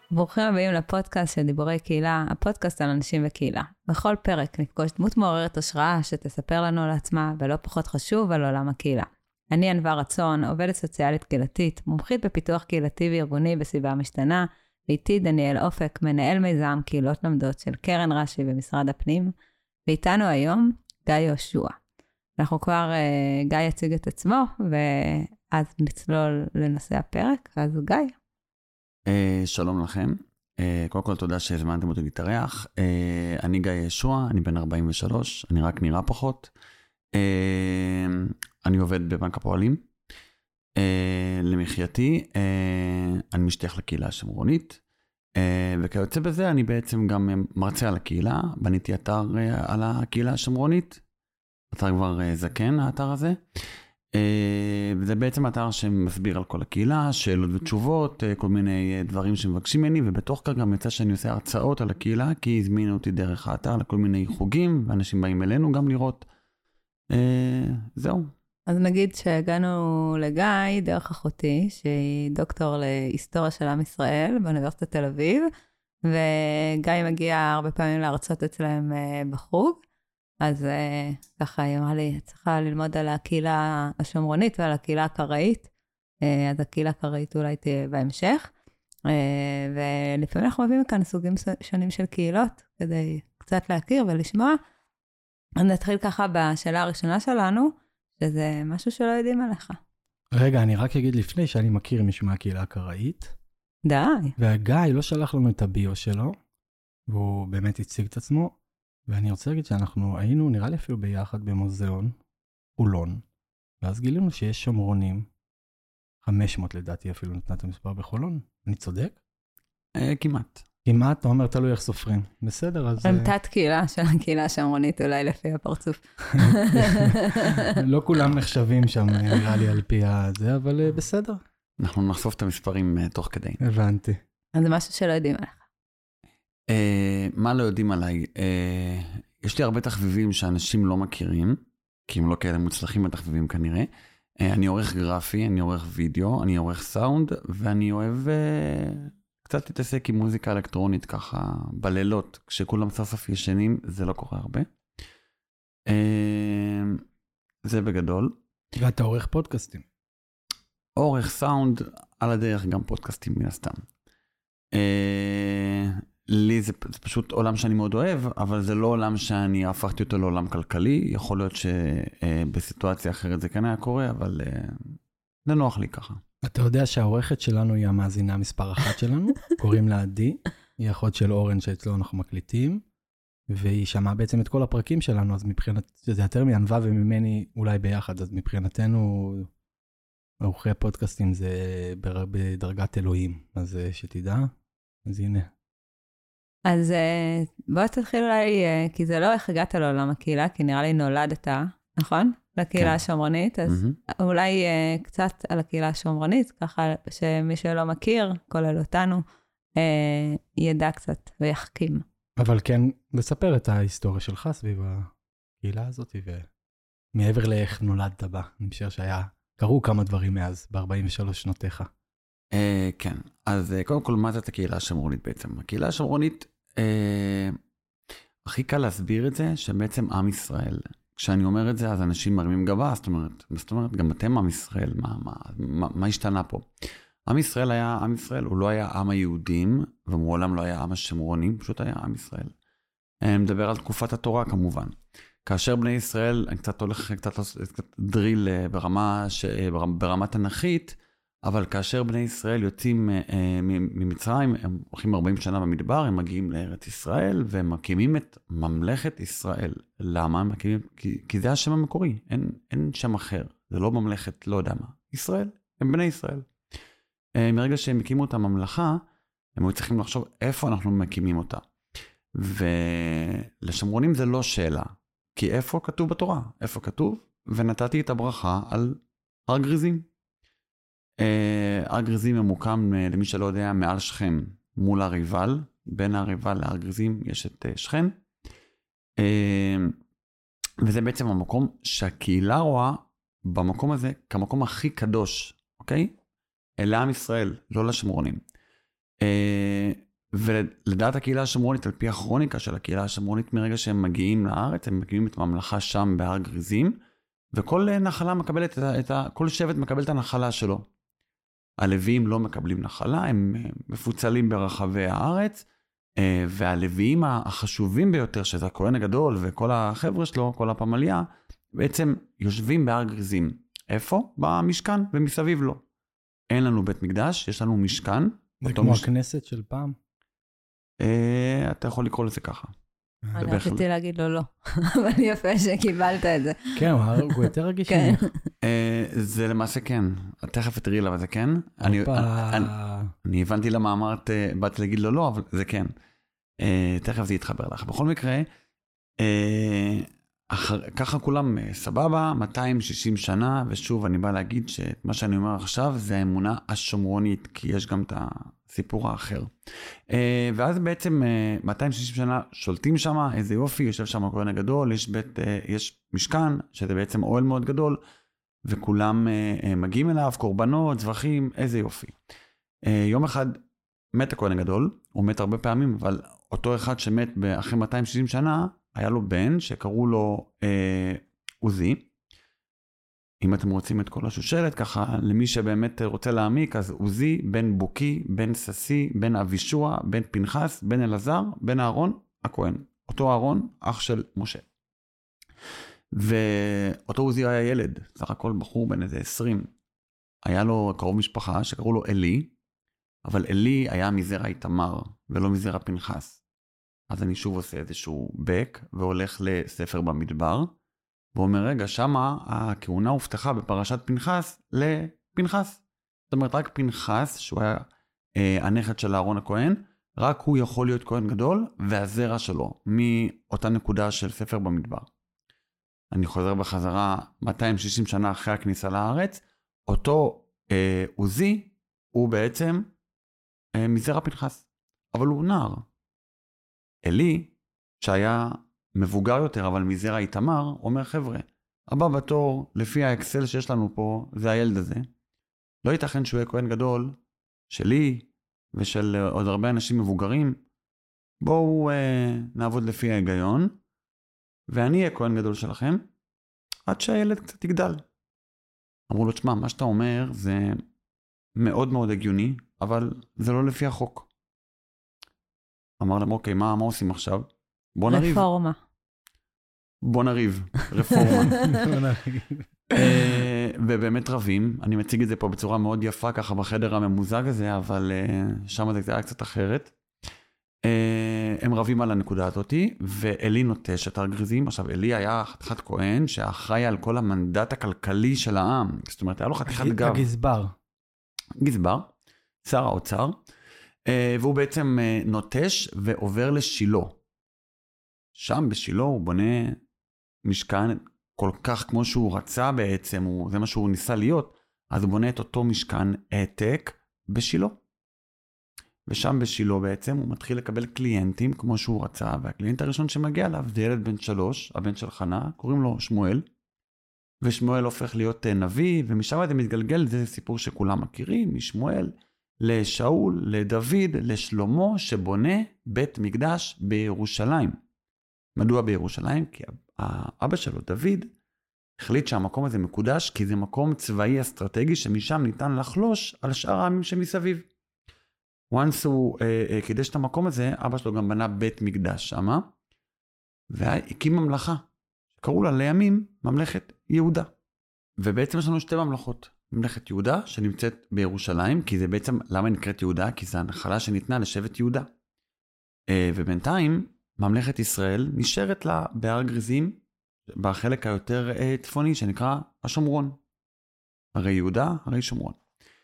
ברוכים הבאים לפודקאסט של דיבורי קהילה, הפודקאסט על אנשים וקהילה. בכל פרק נפגוש דמות מעוררת השראה שתספר לנו על עצמה, ולא פחות חשוב על עולם הקהילה. אני ענווה רצון, עובדת סוציאלית קהילתית, מומחית בפיתוח קהילתי וארגוני בסביבה משתנה, ואיתי דניאל אופק, מנהל מיזם קהילות לומדות של קרן רש"י במשרד הפנים, ואיתנו היום גיא יהושע. אנחנו כבר, גיא יציג את עצמו, ואז נצלול לנושא הפרק, אז גיא. שלום לכם, קודם כל תודה שהזמנתם אותי להתארח. אני גיא יהושע, אני בן 43, אני רק נראה פחות. אני עובד בבנק הפועלים. למחייתי, אני משתייך לקהילה השומרונית, וכיוצא בזה אני בעצם גם מרצה על הקהילה, בניתי אתר על הקהילה השומרונית, אתר כבר זקן האתר הזה. וזה בעצם אתר שמסביר על כל הקהילה, שאלות ותשובות, כל מיני דברים שמבקשים ממני, ובתוך כך גם יצא שאני עושה הרצאות על הקהילה, כי הזמינו אותי דרך האתר לכל מיני חוגים, ואנשים באים אלינו גם לראות. זהו. אז נגיד שהגענו לגיא דרך אחותי, שהיא דוקטור להיסטוריה של עם ישראל באוניברסיטת תל אביב, וגיא מגיע הרבה פעמים להרצות אצלהם בחוג, אז ככה היא אמרה לי, צריכה ללמוד על הקהילה השומרונית ועל הקהילה הקראית, אז הקהילה הקראית אולי תהיה בהמשך, ולפעמים אנחנו מביאים כאן סוגים שונים של קהילות, כדי קצת להכיר ולשמוע. אז נתחיל ככה בשאלה הראשונה שלנו, שזה משהו שלא יודעים עליך. רגע, אני רק אגיד לפני שאני מכיר מישהו מהקהילה הקראית. די. והגיא לא שלח לנו את הביו שלו, והוא באמת הציג את עצמו, ואני רוצה להגיד שאנחנו היינו, נראה לי אפילו ביחד במוזיאון, חולון, ואז גילינו שיש שומרונים, 500 לדעתי אפילו נתנה את המספר בחולון. אני צודק? כמעט. כמעט, אתה אומר, תלוי איך סופרים. בסדר, אז... הם תת קהילה של הקהילה השומרונית, אולי לפי הפרצוף. לא כולם נחשבים שם, נראה לי על פי זה, אבל בסדר. אנחנו נחשוף את המספרים תוך כדי. הבנתי. אז זה משהו שלא יודעים עליך. מה לא יודעים עליי? יש לי הרבה תחביבים שאנשים לא מכירים, כי הם לא כאלה מוצלחים בתחביבים כנראה. אני עורך גרפי, אני עורך וידאו, אני עורך סאונד, ואני אוהב קצת להתעסק עם מוזיקה אלקטרונית ככה בלילות, כשכולם סוף סוף ישנים, זה לא קורה הרבה. זה בגדול. ואתה עורך פודקאסטים. עורך סאונד, על הדרך גם פודקאסטים מן הסתם. לי זה פשוט עולם שאני מאוד אוהב, אבל זה לא עולם שאני הפכתי אותו לעולם כלכלי. יכול להיות שבסיטואציה אחרת זה כן היה קורה, אבל זה נוח לי ככה. אתה יודע שהעורכת שלנו היא המאזינה מספר 1 שלנו, קוראים לה עדי, היא אחות של אורן שאצלו אנחנו מקליטים, והיא שמעה בעצם את כל הפרקים שלנו, אז מבחינת, שזה יותר מענווה וממני אולי ביחד, אז מבחינתנו, עורכי הפודקאסטים זה בדרגת אלוהים, אז שתדע, אז הנה. אז בוא תתחיל אולי, כי זה לא איך הגעת לעולם הקהילה, כי נראה לי נולדת, נכון? לקהילה השומרונית, אז אולי קצת על הקהילה השומרונית, ככה שמי שלא מכיר, כולל אותנו, ידע קצת ויחכים. אבל כן, לספר את ההיסטוריה שלך סביב הקהילה הזאת, ומעבר לאיך נולדת בה, אני חושב קרו כמה דברים מאז, ב-43 שנותיך. כן, אז קודם כל, מה זה את הקהילה השומרונית בעצם? הקהילה השומרונית, הכי קל להסביר את זה, שבעצם עם ישראל, כשאני אומר את זה, אז אנשים מרימים גבה, זאת אומרת, גם אתם עם ישראל, מה השתנה פה? עם ישראל היה עם ישראל, הוא לא היה עם היהודים, ומעולם לא היה עם השומרונים, פשוט היה עם ישראל. מדבר על תקופת התורה כמובן. כאשר בני ישראל, אני קצת הולך קצת דריל ברמה תנכית, אבל כאשר בני ישראל יוצאים ממצרים, הם הולכים 40 שנה במדבר, הם מגיעים לארץ ישראל, והם מקימים את ממלכת ישראל. למה? כי זה השם המקורי, אין שם אחר. זה לא ממלכת, לא יודע מה. ישראל, הם בני ישראל. מרגע שהם הקימו את הממלכה, הם היו צריכים לחשוב איפה אנחנו מקימים אותה. ולשומרונים זה לא שאלה, כי איפה כתוב בתורה? איפה כתוב? ונתתי את הברכה על הר גריזים. הר גריזים ממוקם, למי שלא יודע, מעל שכם, מול הר עיבל. בין הר עיבל להר גריזים יש את שכם. וזה בעצם המקום שהקהילה רואה במקום הזה כמקום הכי קדוש, אוקיי? לעם ישראל, לא לשומרונים. ולדעת הקהילה השומרונית, על פי הכרוניקה של הקהילה השומרונית, מרגע שהם מגיעים לארץ, הם מגיעים את ממלכה שם בהר גריזים, וכל נחלה מקבלת כל שבט מקבל את הנחלה שלו. הלוויים לא מקבלים נחלה, הם מפוצלים ברחבי הארץ, והלוויים החשובים ביותר, שזה הכהן הגדול וכל החבר'ה שלו, כל הפמליה, בעצם יושבים בהר גריזים. איפה? במשכן ומסביב לו. אין לנו בית מקדש, יש לנו משכן. זה כמו הכנסת של פעם? אתה יכול לקרוא לזה ככה. אני רציתי להגיד לו לא, אבל יפה שקיבלת את זה. כן, הוא יותר רגיש. זה למעשה כן. תכף תראי למה זה כן. אני הבנתי למה אמרת, באתי להגיד לו לא, אבל זה כן. תכף זה יתחבר לך. בכל מקרה, ככה כולם סבבה, 260 שנה, ושוב אני בא להגיד שמה שאני אומר עכשיו זה האמונה השומרונית, כי יש גם את הסיפור האחר. ואז בעצם 260 שנה שולטים שם, איזה יופי, יושב שם הכהן הגדול, יש משכן, שזה בעצם אוהל מאוד גדול, וכולם מגיעים אליו, קורבנות, זבחים, איזה יופי. יום אחד מת הכהן הגדול, הוא מת הרבה פעמים, אבל אותו אחד שמת אחרי 260 שנה, היה לו בן שקראו לו עוזי. אם אתם רוצים את כל השושלת, ככה למי שבאמת רוצה להעמיק, אז עוזי, בן בוקי, בן ססי, בן אבישוע, בן פנחס, בן אלעזר, בן אהרון, הכהן. אותו אהרון, אח של משה. ואותו עוזי היה ילד, סך הכל בחור בן איזה 20. היה לו קרוב משפחה שקראו לו אלי, אבל אלי היה מזרע איתמר, ולא מזרע פנחס. אז אני שוב עושה איזשהו בק, והולך לספר במדבר, ואומר, רגע, שמה הכהונה הובטחה בפרשת פנחס לפנחס. זאת אומרת, רק פנחס, שהוא היה הנכד של אהרון הכהן, רק הוא יכול להיות כהן גדול, והזרע שלו, מאותה נקודה של ספר במדבר. אני חוזר בחזרה 260 שנה אחרי הכניסה לארץ, אותו עוזי הוא בעצם מזרע פנחס, אבל הוא נער. אלי, שהיה מבוגר יותר, אבל מזרע איתמר, אומר, חבר'ה, הבא בתור, לפי האקסל שיש לנו פה, זה הילד הזה. לא ייתכן שהוא יהיה כהן גדול שלי ושל עוד הרבה אנשים מבוגרים. בואו נעבוד לפי ההיגיון, ואני אהיה כהן גדול שלכם, עד שהילד קצת יגדל. אמרו לו, תשמע, מה שאתה אומר זה מאוד מאוד הגיוני, אבל זה לא לפי החוק. אמר להם, אוקיי, מה עושים עכשיו? בוא נריב. רפורמה. בוא נריב, רפורמה. ובאמת רבים, אני מציג את זה פה בצורה מאוד יפה, ככה בחדר הממוזג הזה, אבל שם זה היה קצת אחרת. הם רבים על הנקודה הזאת, ואלי נוטש את הר גריזים. עכשיו, אלי היה חתיכת כהן, שאחראי על כל המנדט הכלכלי של העם. זאת אומרת, היה לו חתיכת גב. גזבר, שר האוצר. והוא בעצם נוטש ועובר לשילה. שם בשילה הוא בונה משכן כל כך כמו שהוא רצה בעצם, זה מה שהוא ניסה להיות, אז הוא בונה את אותו משכן העתק בשילה. ושם בשילה בעצם הוא מתחיל לקבל קליינטים כמו שהוא רצה, והקליינט הראשון שמגיע אליו זה ילד בן 3, הבן של חנה, קוראים לו שמואל, ושמואל הופך להיות נביא, ומשם זה מתגלגל, זה סיפור שכולם מכירים, משמואל, לשאול, לדוד, לשלמה, שבונה בית מקדש בירושלים. מדוע בירושלים? כי האבא שלו, דוד, החליט שהמקום הזה מקודש, כי זה מקום צבאי אסטרטגי, שמשם ניתן לחלוש על שאר העמים שמסביב. once הוא קידש את המקום הזה, אבא שלו גם בנה בית מקדש שמה, והקים ממלכה, שקראו לה לימים ממלכת יהודה. ובעצם יש לנו שתי ממלכות. ממלכת יהודה שנמצאת בירושלים, כי זה בעצם, למה נקראת יהודה? כי זה הנחלה שניתנה לשבט יהודה. ובינתיים, ממלכת ישראל נשארת לה בהר גריזים, בחלק היותר צפוני, שנקרא השומרון. הרי יהודה, הרי שומרון.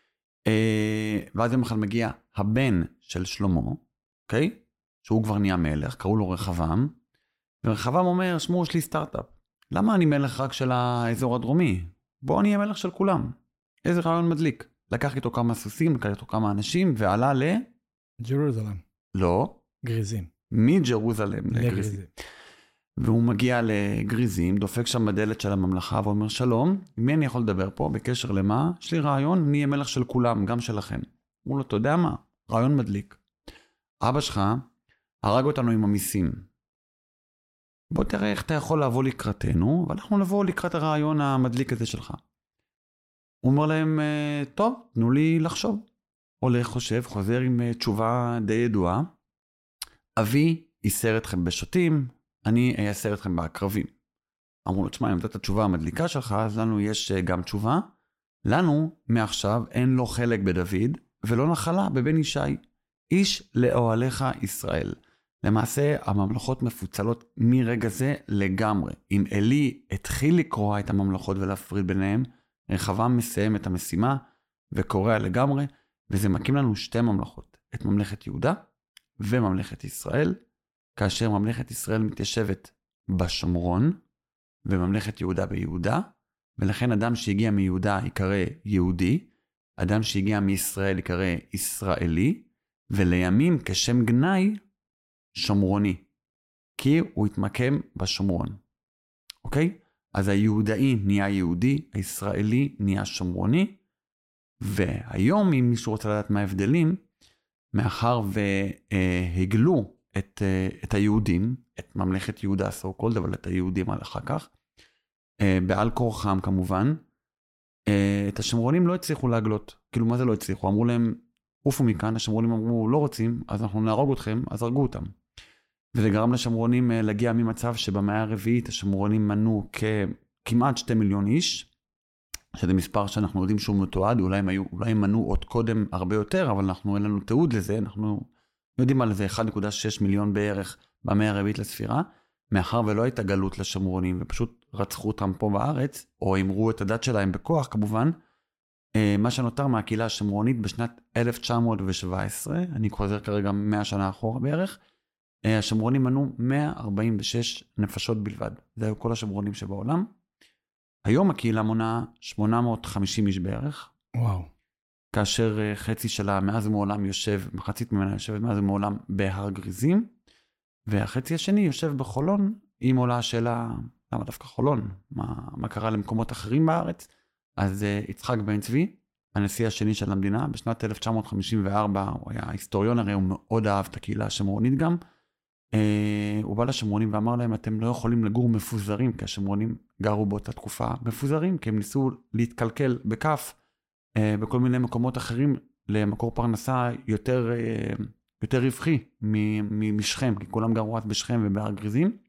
ואז יום אחד מגיע הבן של שלמה, אוקיי? שהוא כבר נהיה מלך, קראו לו רחבעם, ורחבעם אומר, שמעו, יש לי סטארט-אפ. למה אני מלך רק של האזור הדרומי? בואו אני אהיה מלך של כולם. איזה רעיון מדליק. לקח איתו כמה סוסים, לקח איתו כמה אנשים, ועלה ג'רוזלם. לא. גריזים. מג'רוזלם לגריזים. והוא מגיע לגריזים, דופק שם בדלת של הממלכה, ואומר, שלום, עם מי אני יכול לדבר פה? בקשר למה? יש לי רעיון, אני אהיה מלך של כולם, גם שלכם. אמרו לו, אתה יודע מה? רעיון מדליק. אבא שלך הרג אותנו עם המיסים. בוא תראה איך אתה יכול לבוא לקראתנו, ואנחנו נבוא לקראת הרעיון המדליק הזה שלך. הוא אומר להם, טוב, תנו לי לחשוב. הולך, חושב, חוזר עם תשובה די ידועה. אבי ייסר אתכם בשוטים, אני אייסר אתכם בעקרבים. אמרו לו, תשמע, אם זאת התשובה המדליקה שלך, אז לנו יש גם תשובה. לנו, מעכשיו, אין לו חלק בדוד, ולא נחלה בבן ישי. איש לאוהליך ישראל. למעשה, הממלכות מפוצלות מרגע זה לגמרי. אם אלי התחיל לקרוא את הממלכות ולהפריד ביניהם, רחבעם מסיים את המשימה וקורא לגמרי, וזה מקים לנו שתי ממלכות, את ממלכת יהודה וממלכת ישראל, כאשר ממלכת ישראל מתיישבת בשומרון, וממלכת יהודה ביהודה, ולכן אדם שהגיע מיהודה יקרא יהודי, אדם שהגיע מישראל יקרא ישראלי, ולימים כשם גנאי שומרוני, כי הוא התמקם בשומרון. אוקיי? אז היהודאי נהיה יהודי, הישראלי נהיה שומרוני, והיום אם מישהו רוצה לדעת מה ההבדלים, מאחר והגלו את היהודים, את ממלכת יהודה so called, אבל את היהודים על אחר כך, בעל כורחם כמובן, את השומרונים לא הצליחו להגלות. כאילו מה זה לא הצליחו? אמרו להם, עופו מכאן, השומרונים אמרו לא רוצים, אז אנחנו נהרוג אתכם, אז הרגו אותם. וזה גרם לשומרונים להגיע ממצב שבמאה הרביעית השומרונים מנו כמעט 2 מיליון איש, שזה מספר שאנחנו יודעים שהוא מתועד, אולי הם מנו עוד קודם הרבה יותר, אבל אין לנו תיעוד לזה, אנחנו יודעים על זה 1.6 מיליון בערך במאה הרביעית לספירה, מאחר ולא הייתה גלות לשומרונים, ופשוט רצחו אותם פה בארץ, או אמרו את הדת שלהם בכוח כמובן, מה שנותר מהקהילה השומרונית בשנת 1917, אני חוזר כרגע 100 שנה אחורה בערך, השומרונים מנו 146 נפשות בלבד. זה היו כל השומרונים שבעולם. היום הקהילה מונה 850 איש בערך. וואו. כאשר חצי שלה מאז ומעולם מחצית ממנה יושבת מאז ומעולם בהר גריזים, והחצי השני יושב בחולון, אם עולה השאלה, למה דווקא חולון? מה קרה למקומות אחרים בארץ? אז יצחק בן צבי, הנשיא השני של המדינה, בשנת 1954, הוא היה היסטוריון, הרי הוא מאוד אהב את הקהילה השומרונית גם, הוא בא לשומרונים ואמר להם, אתם לא יכולים לגור מפוזרים, כי השומרונים גרו באותה תקופה מפוזרים, כי הם ניסו להתקלקל בכף, בכל מיני מקומות אחרים, למקור פרנסה יותר רווחי משכם, כי כולם גרו אז בשכם ובהר גריזים,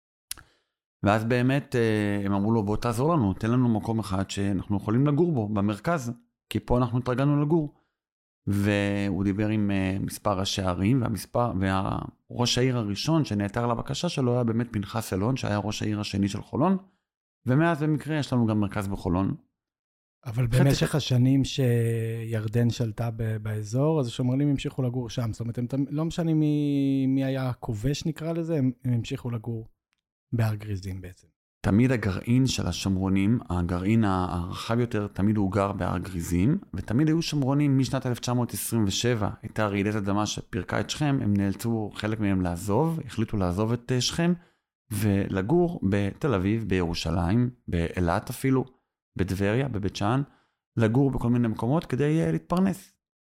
ואז באמת הם אמרו לו, בוא תעזור לנו, תן לנו מקום אחד שאנחנו יכולים לגור בו, במרכז, כי פה אנחנו התרגלנו לגור. והוא דיבר עם מספר ראשי הערים, והראש העיר הראשון שנעתר לבקשה שלו היה באמת פנחס אלון, שהיה ראש העיר השני של חולון, ומאז במקרה יש לנו גם מרכז בחולון. אבל במשך השנים שירדן שלטה באזור, אז השומרונים המשיכו לגור שם, זאת אומרת, הם לא משנים מי היה הכובש נקרא לזה, הם המשיכו לגור בהר גריזים בעצם. תמיד הגרעין של השומרונים, הגרעין הרחב יותר, תמיד הוא גר בהר גריזים, ותמיד היו שומרונים משנת 1927, הייתה רעידת אדמה שפירקה את שכם, הם נאלצו חלק מהם לעזוב, החליטו לעזוב את שכם, ולגור בתל אביב, בירושלים, באילת אפילו, בדבריה, בבית שאן, לגור בכל מיני מקומות כדי להתפרנס.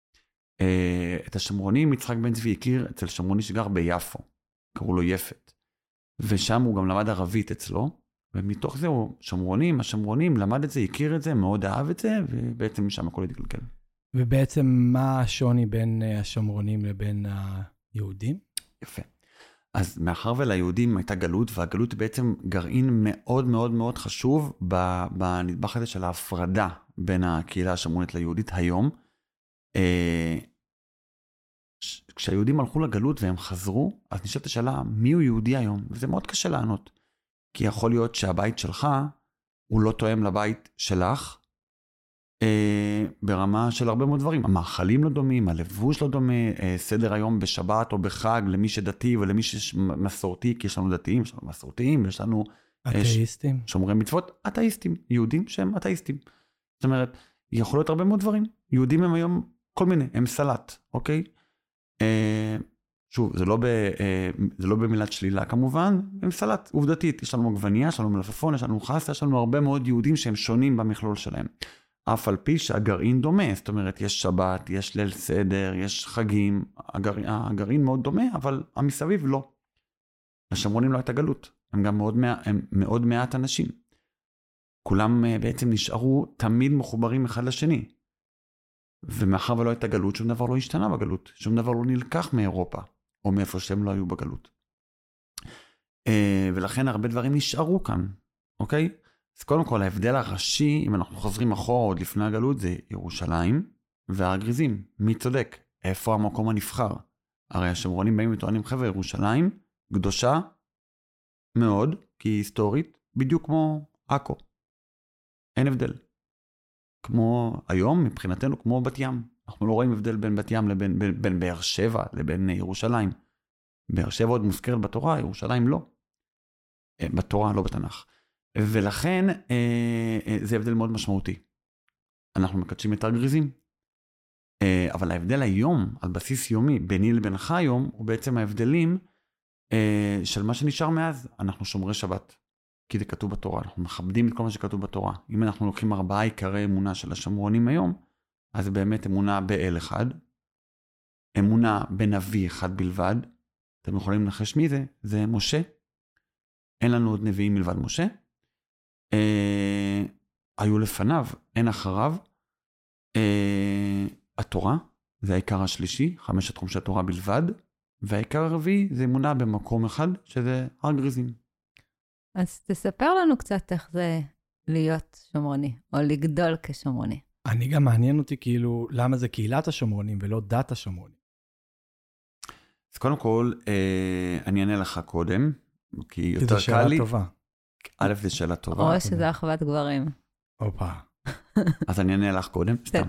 את השומרונים יצחק בן צבי הכיר אצל שומרוני שגר ביפו, קראו לו יפת, ושם הוא גם למד ערבית אצלו, ומתוך זה הוא השומרונים למד את זה, הכיר את זה, מאוד אהב את זה, ובעצם משם הכל התגלגל. ובעצם מה השוני בין השומרונים לבין היהודים? יפה. אז מאחר וליהודים הייתה גלות, והגלות בעצם גרעין מאוד מאוד מאוד חשוב בנדבך הזה של ההפרדה בין הקהילה השומרונית ליהודית היום. כשהיהודים הלכו לגלות והם חזרו, אז נשאלת השאלה, מי הוא יהודי היום? וזה מאוד קשה לענות. כי יכול להיות שהבית שלך הוא לא תואם לבית שלך, ברמה של הרבה מאוד דברים. המאכלים לא דומים, הלבוש לא דומה, סדר היום בשבת או בחג למי שדתי ולמי שמסורתי, כי יש לנו דתיים, יש לנו מסורתיים, יש לנו אתאיסטים. שומרי מצוות, אתאיסטים, יהודים שהם אתאיסטים. זאת אומרת, יכול להיות הרבה מאוד דברים. יהודים הם היום כל מיני, הם סלט, אוקיי? שוב, זה לא במילת שלילה כמובן, הם סלט עובדתית, יש לנו עגבנייה, יש לנו מלפפון, יש לנו חסה, יש לנו הרבה מאוד יהודים שהם שונים במכלול שלהם. אף על פי שהגרעין דומה, זאת אומרת, יש שבת, יש ליל סדר, יש חגים, הגרעין מאוד דומה, אבל המסביב לא. לשומרונים לא הייתה גלות, הם גם מאוד מעט אנשים. כולם בעצם נשארו תמיד מחוברים אחד לשני. ומאחר ולא הייתה גלות, שום דבר לא השתנה בגלות, שום דבר לא נלקח מאירופה, או מאיפה שהם לא היו בגלות. ולכן הרבה דברים נשארו כאן, אוקיי? אז קודם כל, ההבדל הראשי, אם אנחנו חוזרים אחורה עוד לפני הגלות, זה ירושלים והר גריזים. מי צודק? איפה המקום הנבחר? הרי השומרונים באים וטוענים, חבר'ה, ירושלים קדושה מאוד, כי היא היסטורית, בדיוק כמו עכו. אין הבדל. כמו היום, מבחינתנו, כמו בת ים. אנחנו לא רואים הבדל בין בת ים בין באר שבע לבין ירושלים. באר שבע עוד מוזכרת בתורה, ירושלים לא. בתורה, לא בתנ"ך. ולכן זה הבדל מאוד משמעותי. אנחנו מקדשים את הר גריזים. אבל ההבדל היום, על בסיס יומי, ביני לבינך היום, הוא בעצם ההבדלים של מה שנשאר מאז. אנחנו שומרי שבת, כי זה כתוב בתורה. אנחנו מכבדים את כל מה שכתוב בתורה. אם אנחנו לוקחים 4 עיקרי אמונה של השומרונים היום, אז זה באמת אמונה באל אחד, אמונה בנביא אחד בלבד. אתם יכולים לנחש מי זה? זה משה. אין לנו עוד נביאים מלבד משה. היו לפניו, אין אחריו. התורה, זה העיקר השלישי, 5 חומשי התורה בלבד, והעיקר הרביעי זה אמונה במקום אחד, שזה הר גריזים. אז תספר לנו קצת איך זה להיות שומרוני, או לגדול כשומרוני. אני גם מעניין אותי כאילו, למה זה קהילת השומרונים ולא דת השומרונים? אז קודם כל, אני אענה לך קודם, כי יותר קל לי. זו שאלה טובה. א', זו שאלה טובה. או שזה אחוות גברים. אופה. אז אני אענה לך קודם, סתם.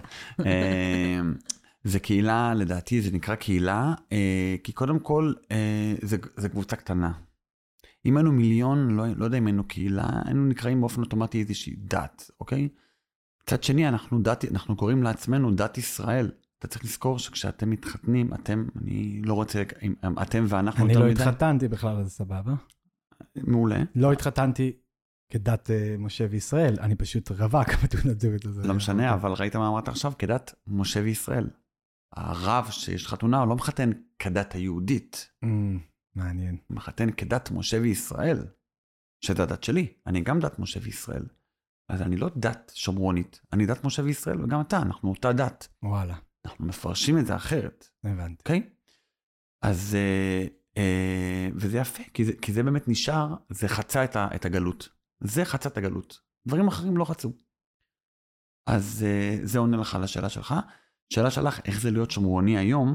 זה קהילה, לדעתי, זה נקרא קהילה, כי קודם כל, זה קבוצה קטנה. אם היינו מיליון, לא יודע אם היינו קהילה, היינו נקראים באופן אוטומטי איזושהי דת, אוקיי? מצד שני, אנחנו קוראים לעצמנו דת ישראל. אתה צריך לזכור שכשאתם מתחתנים, אני לא רוצה, אתם ואנחנו... אני לא התחתנתי בכלל, אז סבבה. מעולה. לא התחתנתי כדת משה וישראל, אני פשוט רווק בתעודת זהות הזה. לא משנה, אבל ראית מה אמרת עכשיו? כדת משה וישראל. הרב שיש חתונה, הוא לא מחתן כדת היהודית. מעניין. הוא מחתן כדת משה וישראל, שזה הדת שלי. אני גם דת משה וישראל. אז אני לא דת שומרונית, אני דת משה וישראל, וגם אתה, אנחנו אותה דת. וואלה. אנחנו מפרשים את זה אחרת. הבנתי. אוקיי? אז, וזה יפה, כי זה באמת נשאר, זה חצה את הגלות. זה חצה את הגלות. דברים אחרים לא חצו. אז זה עונה לך לשאלה שלך. שאלה שלך, איך זה להיות שומרוני היום?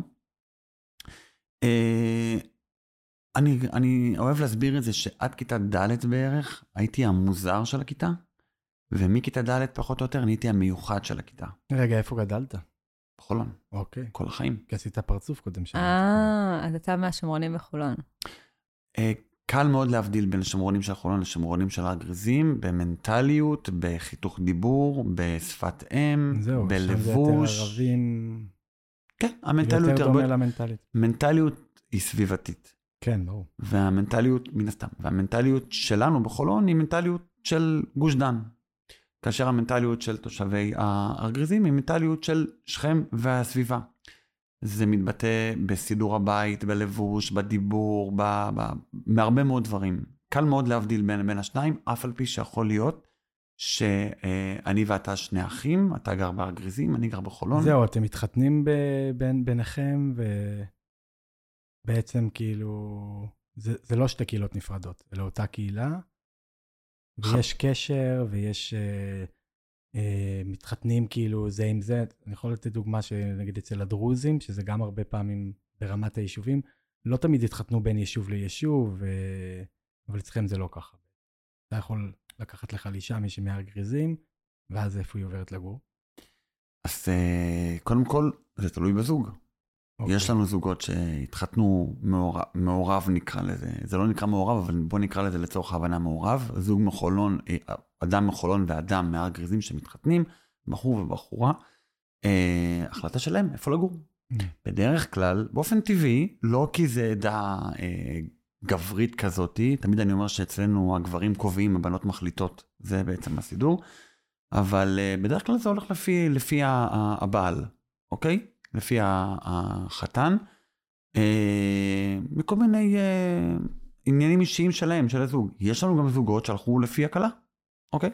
אני אוהב להסביר את זה שעד כיתה ד' בערך, הייתי המוזר של הכיתה, ומכיתה ד' פחות או יותר, אני הייתי המיוחד של הכיתה. רגע, איפה גדלת? בחולון. אוקיי. כל החיים. כי עשית פרצוף קודם שם. אז אתה מהשומרונים בחולון. קל מאוד להבדיל בין השומרונים של חולון לשומרונים של הר גריזים, במנטליות, בחיתוך דיבור, בשפת אם, בלבוש. זהו, שם זה יותר ערבים. כן, המנטליות יותר דומה למנטלית. מנטליות היא סביבתית. כן, ברור. והמנטליות, מן הסתם, והמנטליות שלנו בחולון היא מנטליות של גוש דן. כאשר המנטליות של תושבי הר גריזים היא מנטליות של שכם והסביבה. זה מתבטא בסידור הבית, בלבוש, בדיבור, מהרבה מאוד דברים. קל מאוד להבדיל בין השניים, אף על פי שיכול להיות שאני ואתה שני אחים, אתה גר בהר גריזים, אני גר בחולון. זהו, אתם מתחתנים ביניכם, ובעצם כאילו, זה לא שתי קהילות נפרדות, אלא אותה קהילה, ויש קשר, ויש מתחתנים כאילו זה עם זה. אני יכול לתת דוגמה שנגיד אצל הדרוזים, שזה גם הרבה פעמים ברמת היישובים, לא תמיד התחתנו בין יישוב ליישוב, אבל אצלכם זה לא ככה. אתה יכול לקחת לך לאישה מי שמהר גריזים, ואז איפה היא עוברת לגור? אז קודם כל, זה תלוי בזוג. יש לנו זוגות שהתחתנו מעורב נקרא לזה, זה לא נקרא מעורב, אבל בוא נקרא לזה לצורך ההבנה מעורב, זוג מחולון, אדם מחולון ואדם מהר גריזים שמתחתנים, בחור ובחורה, החלטה שלהם איפה לגור. בדרך כלל, באופן טבעי, לא כי זה עדה גברית כזאת, תמיד אני אומר שאצלנו הגברים קובעים, הבנות מחליטות, זה בעצם הסידור, אבל בדרך כלל זה הולך לפי הבעל, אוקיי? לפי החתן, מכל מיני עניינים אישיים שלהם, של הזוג. יש לנו גם זוגות שהלכו לפי הכלה, אוקיי?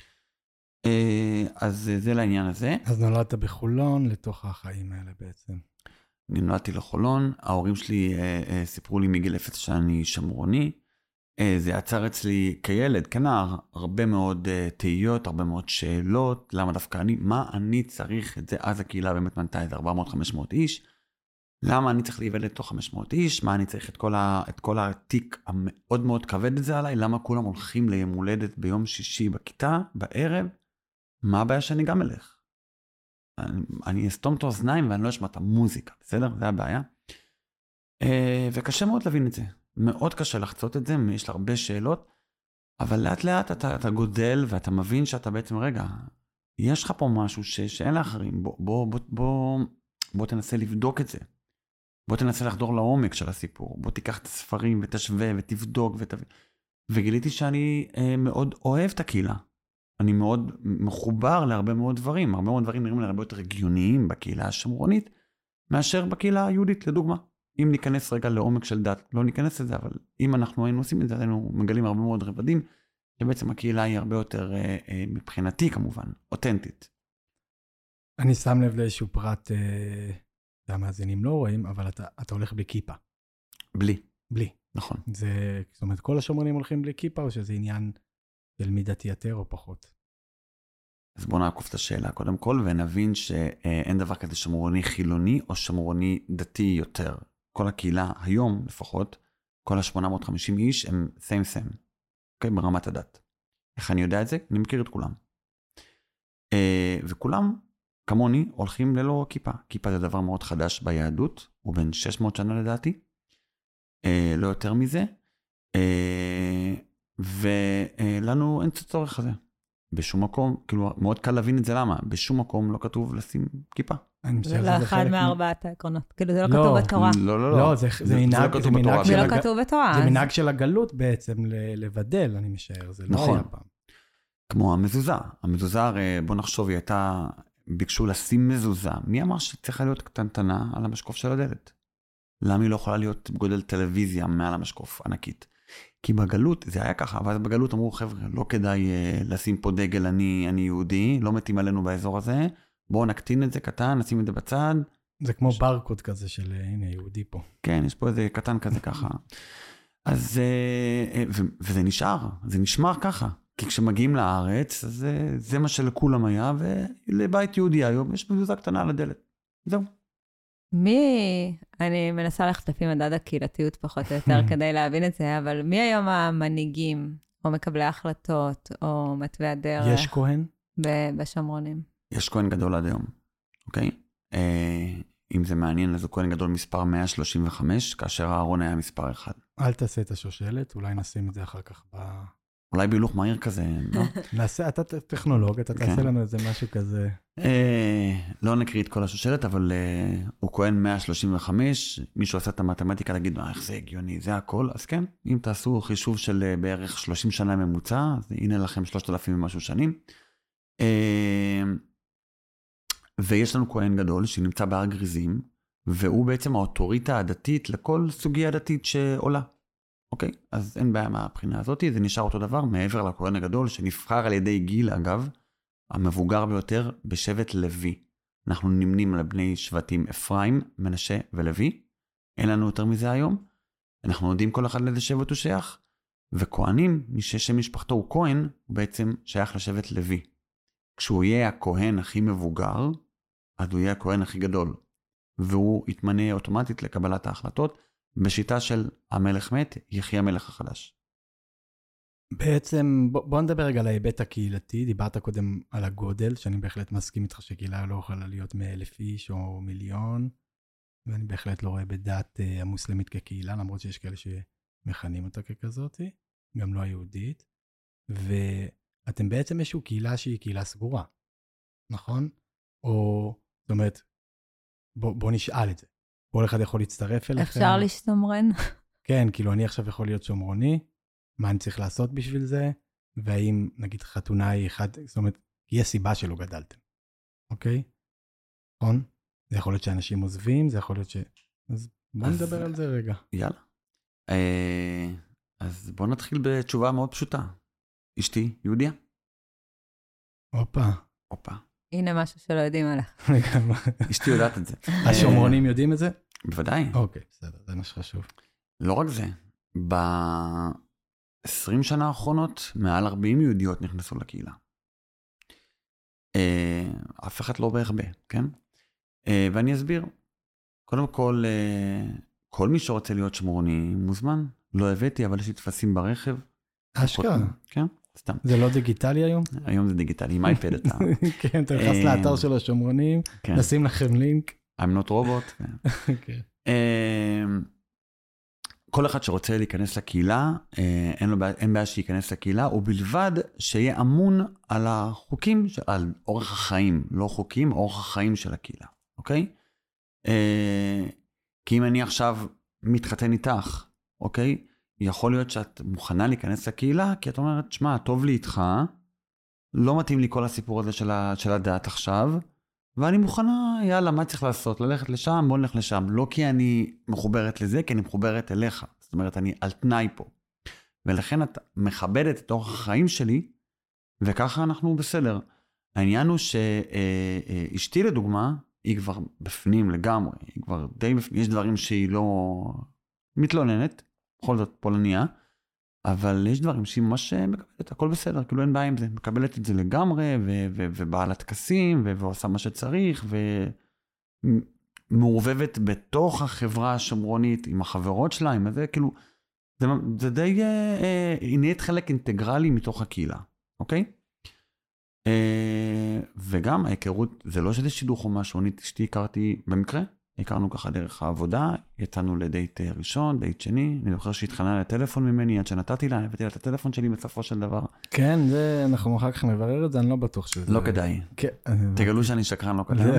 אז זה לעניין הזה. אז נולדת בחולון לתוך החיים האלה בעצם. אני נולדתי לחולון, ההורים שלי סיפרו לי מגיל 0 שאני שמרוני, זה עצר אצלי כילד, כנער, הרבה מאוד תהיות, הרבה מאוד שאלות, למה דווקא אני, מה אני צריך את זה, אז הקהילה באמת מנתה איזה 400-500 איש, למה אני צריך להיוולד לתוך 500 איש, מה אני צריך את כל התיק המאוד מאוד כבד את זה עליי, למה כולם הולכים ליום הולדת ביום שישי בכיתה, בערב, מה הבעיה שאני גם אלך? אני אסתום את האוזניים ואני לא אשמע את המוזיקה, בסדר? זה הבעיה. וקשה מאוד להבין את זה. מאוד קשה לחצות את זה, יש לה הרבה שאלות, אבל לאט לאט אתה גודל ואתה מבין שאתה בעצם, רגע, יש לך פה משהו שאין לאחרים, בוא תנסה לבדוק את זה. בוא תנסה לחדור לעומק של הסיפור, בוא תיקח את הספרים ותשווה ותבדוק וגיליתי שאני מאוד אוהב את הקהילה. אני מאוד מחובר להרבה מאוד דברים, הרבה מאוד דברים נראים לי הרבה יותר הגיוניים בקהילה השמרונית, מאשר בקהילה היהודית, לדוגמה. אם ניכנס רגע לעומק של דת, לא ניכנס לזה, אבל אם אנחנו היינו עושים את זה, היינו מגלים הרבה מאוד רבדים, שבעצם הקהילה היא הרבה יותר, מבחינתי כמובן, אותנטית. אני שם לב לאיזשהו פרט, המאזינים לא רואים, אבל אתה הולך בלי כיפה. בלי. נכון. זאת אומרת, כל השומרונים הולכים בלי כיפה, או שזה עניין של מידתי יותר או פחות? אז בואו נעקוף את השאלה קודם כל, ונבין שאין דבר כזה שמרוני חילוני או שמרוני דתי יותר. כל הקהילה היום לפחות, כל ה-850 איש הם same, אוקיי? ברמת הדת. איך אני יודע את זה? אני מכיר את כולם. וכולם, כמוני, הולכים ללא כיפה. כיפה זה דבר מאוד חדש ביהדות, הוא בין 600 שנה לדעתי, לא יותר מזה, ולנו אין צורך הזה. בשום מקום, כאילו מאוד קל להבין את זה למה, בשום מקום לא כתוב לשים כיפה. זה לא אחד מארבעת העקרונות, כאילו זה לא כתוב בתורה. לא, זה לא כתוב בתורה. זה מנהג של הגלות בעצם לבדל, אני משער, זה לא היה פעם. כמו המזוזה, המזוזה הרי בוא נחשוב, היא הייתה, ביקשו לשים מזוזה, מי אמר שצריכה להיות קטנטנה על המשקוף של הדלת? למה היא לא יכולה להיות גודל טלוויזיה מעל המשקוף ענקית? כי בגלות זה היה ככה, אבל בגלות אמרו, חבר'ה, לא כדאי לשים פה דגל, אני יהודי, לא מתאים עלינו באזור הזה, בואו נקטין את זה קטן, נשים את זה בצד. זה כמו ברקוד כזה של, הנה, יהודי פה. כן, יש פה איזה קטן כזה ככה. אז, וזה נשאר, זה נשמר ככה. כי כשמגיעים לארץ, אז זה מה שלכולם היה, ולבית יהודי היום יש מזוזה קטנה על הדלת. זהו. אני מנסה ללכת לפי מדד הקהילתיות פחות או יותר כדי להבין את זה, אבל מי היום המנהיגים, או מקבלי החלטות, או מתווי הדרך? יש כהן? בשמרונים. יש כהן גדול עד היום, אוקיי? אם זה מעניין, אז הוא כהן גדול מספר 135, כאשר הארון היה מספר 1. אל תעשה את השושלת, אולי נשים את זה אחר כך אולי בהילוך מהיר כזה, לא? נעשה, אתה טכנולוג, אתה תעשה לנו איזה משהו כזה. לא נקריא את כל השושלת, אבל הוא כהן 135, מישהו עשה את המתמטיקה להגיד, איך זה הגיוני, זה הכל, אז כן, אם תעשו חישוב של בערך 30 שנה ממוצע, אז הנה לכם 3,000 ומשהו שנים. ויש לנו כהן גדול שנמצא בהר גריזים, והוא בעצם האוטוריטה הדתית לכל סוגיה דתית שעולה. אוקיי, אז אין בעיה מהבחינה הזאת, זה נשאר אותו דבר מעבר לכהן הגדול, שנבחר על ידי גיל, אגב, המבוגר ביותר בשבט לוי. אנחנו נמנים על בני שבטים אפרים, מנשה ולוי. אין לנו יותר מזה היום. אנחנו יודעים כל אחד לאיזה שבט הוא שייך. וכהנים, מי ששם משפחתו הוא כהן, הוא בעצם שייך לשבט לוי. כשהוא יהיה הכהן הכי מבוגר, אז הוא יהיה הכהן הכי גדול. והוא יתמנה אוטומטית לקבלת ההחלטות, בשיטה של המלך מת, יחיה המלך החדש. בעצם, בוא נדבר רגע על ההיבט הקהילתי. דיברת קודם על הגודל, שאני בהחלט מסכים איתך שקהילה לא יכולה להיות 1,000 איש או מיליון, ואני בהחלט לא רואה בדת המוסלמית כקהילה, למרות שיש כאלה שמכנים אותה ככזאת, גם לא היהודית. ואתם בעצם איזשהו קהילה שהיא קהילה סגורה, נכון? או, זאת אומרת, בוא נשאל את זה. כל אחד יכול להצטרף אליכם. אפשר להשתמרן. כן, כאילו אני עכשיו יכול להיות שומרוני, מה אני צריך לעשות בשביל זה, והאם נגיד חתונה היא זאת אומרת, כי יש סיבה שלא גדלתם, אוקיי? נכון? זה יכול להיות שאנשים עוזבים, זה יכול להיות ש... אז בוא נדבר על זה רגע. יאללה. אז בוא נתחיל בתשובה מאוד פשוטה. אשתי יהודיה? הופה. הנה משהו שלא יודעים עליך. אשתי יודעת את זה. השומרונים יודעים את זה? בוודאי. אוקיי, בסדר, זה מה שחשוב. לא רק זה, ב-20 שנה האחרונות, מעל 40 יהודיות נכנסו לקהילה. אף אחד לא בהרבה, כן? ואני אסביר. קודם כל, כל מי שרוצה להיות שמרוני מוזמן. לא הבאתי, אבל יש לי תפסים ברכב. אשכרה. כן, סתם. זה לא דיגיטלי היום? היום זה דיגיטלי, עם אייפד אתה. כן, אתה נכנס לאתר של השומרונים, נשים לכם לינק. I'm not robot. כל אחד שרוצה להיכנס לקהילה, אין בעיה שייכנס לקהילה, ובלבד שיהיה אמון על החוקים, על אורח החיים, לא חוקים, אורח החיים של הקהילה, אוקיי? כי אם אני עכשיו מתחתן איתך, אוקיי? יכול להיות שאת מוכנה להיכנס לקהילה, כי את אומרת, שמע, טוב לי איתך, לא מתאים לי כל הסיפור הזה של הדת עכשיו, ואני מוכנה, יאללה, מה צריך לעשות? ללכת לשם, בוא נלך לשם. לא כי אני מחוברת לזה, כי אני מחוברת אליך. זאת אומרת, אני על תנאי פה. ולכן את מכבדת את אורח החיים שלי, וככה אנחנו בסדר. העניין הוא שאשתי לדוגמה, היא כבר בפנים לגמרי, היא כבר די בפנים, יש דברים שהיא לא מתלוננת, בכל זאת פולניה, אבל יש דברים שהיא ממש מקבלת, הכל בסדר, כאילו אין בעיה עם זה, מקבלת את זה לגמרי, ובאה לתקסים, ועושה מה שצריך, ומעורבבת בתוך החברה השומרונית, עם החברות שלה, עם זה, כאילו, זה די, היא נהיית חלק אינטגרלי מתוך הקהילה, אוקיי? וגם ההיכרות, זה לא שזה שידוך או משהו, אני אשתי הכרתי במקרה, הכרנו ככה דרך העבודה, יצאנו לדייט ראשון, דייט שני, אני זוכר שהתחננה לטלפון ממני, עד שנתתי לה, הבאתי לה את הטלפון שלי בסופו של דבר. כן, זה, אנחנו אחר כך נברר את זה, אני לא בטוח שזה... לא כדאי. תגלו שאני שקרן, לא כדאי.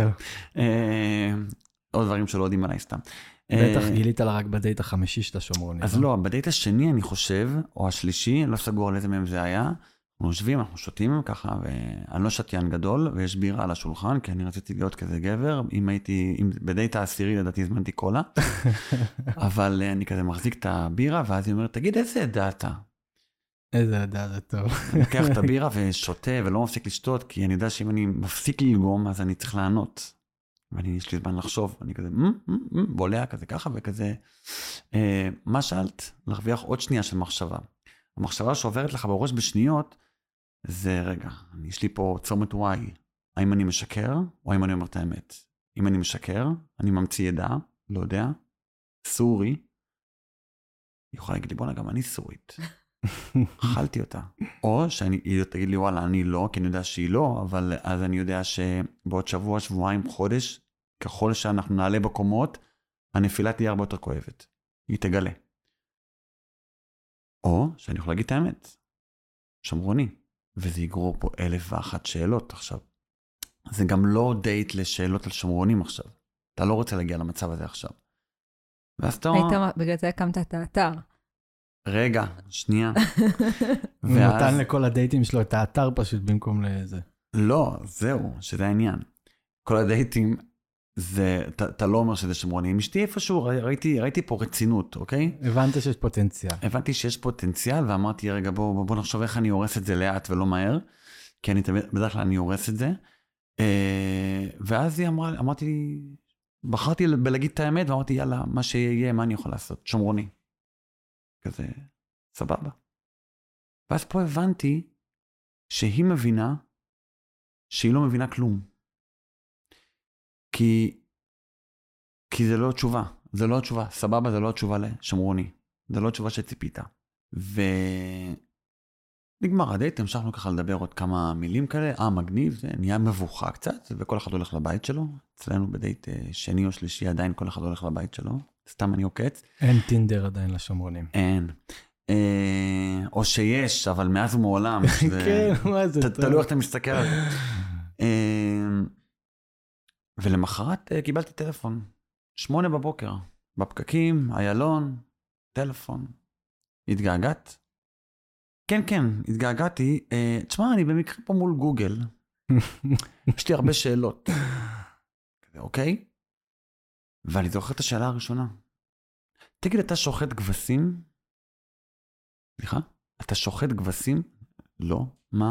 עוד דברים שלא יודעים עליי סתם. בטח גילית לה רק בדייט החמישי שאתה שומרוני. אז לא, בדייט השני אני חושב, או השלישי, אני לא סגור על איזה מהם זה היה, אנחנו יושבים, אנחנו שותים ככה, ואני לא שתיין גדול, ויש בירה על השולחן, כי אני רציתי להיות כזה גבר, אם בדייט העשירי לדעתי הזמנתי קולה, אבל אני כזה מחזיק את הבירה, ואז היא אומרת, תגיד, איזה עדה אתה? איזה עדה זה טוב. אני לוקח את הבירה ושותה, ולא מפסיק לשתות, כי אני יודע שאם אני מפסיק ללגום, אז אני צריך לענות. יש לי זמן לחשוב, אני כזה, בולע כזה ככה, וכזה, מה שאלת? להרוויח עוד שנייה של מחשבה. המחשבה שעוברת לך בראש בשניות, זה רגע, יש לי פה צומת וואי, האם אני משקר, או האם אני אומר את האמת? אם אני משקר, אני ממציא ידע, לא יודע, סורי, היא יכולה להגיד לי, בוא נגם, אני סורית. אכלתי אותה. או שהיא תגיד לי, וואלה, אני לא, כי אני יודע שהיא לא, אבל אז אני יודע שבעוד שבוע, שבועיים, חודש, ככל שאנחנו נעלה בקומות, הנפילה תהיה הרבה יותר כואבת. היא תגלה. או שאני יכול להגיד את האמת. שמרוני. וזה יגרור פה 1,001 שאלות עכשיו. זה גם לא דייט לשאלות על שמרונים עכשיו. אתה לא רוצה להגיע למצב הזה עכשיו. ואז אתה... בגלל זה הקמת את האתר. רגע, שנייה. הוא נתן לכל הדייטים שלו את האתר פשוט במקום לזה. לא, זהו, שזה העניין. כל הדייטים, אתה לא אומר שזה שמרוני. עם אשתי איפשהו, ראיתי פה רצינות, אוקיי? הבנת שיש פוטנציאל. הבנתי שיש פוטנציאל, ואמרתי, רגע, בוא נחשוב איך אני הורס את זה לאט ולא מהר, כי בדרך כלל אני הורס את זה. ואז היא אמרתי לי, בחרתי בלהגיד את האמת, ואמרתי, יאללה, מה שיהיה, מה אני יכול לעשות? שמרוני. כזה, סבבה. ואז פה הבנתי שהיא מבינה שהיא לא מבינה כלום. כי זה לא תשובה. זה לא תשובה. סבבה, זה לא תשובה לשמרוני. זה לא תשובה שציפית. נגמר הדייט, המשכנו ככה לדבר עוד כמה מילים כאלה. מגניב, זה נהיה מבוכה קצת, וכל אחד הולך לבית שלו. אצלנו בדייט שני או שלישי עדיין כל אחד הולך לבית שלו. סתם אני עוקץ. אין טינדר עדיין לשמרונים. אין. או שיש, אבל מאז ומעולם. כן, מה זה? תלוי איך אתה מסתכל על זה. ולמחרת קיבלתי טלפון. 8 בבוקר. בפקקים, איילון, טלפון. התגעגעת? כן, התגעגעתי. תשמע, אני במקרה פה מול גוגל. יש לי הרבה שאלות. אוקיי? ואני זוכר את השאלה הראשונה. תגיד, אתה שוחט כבשים? סליחה? אתה שוחט כבשים? לא. מה?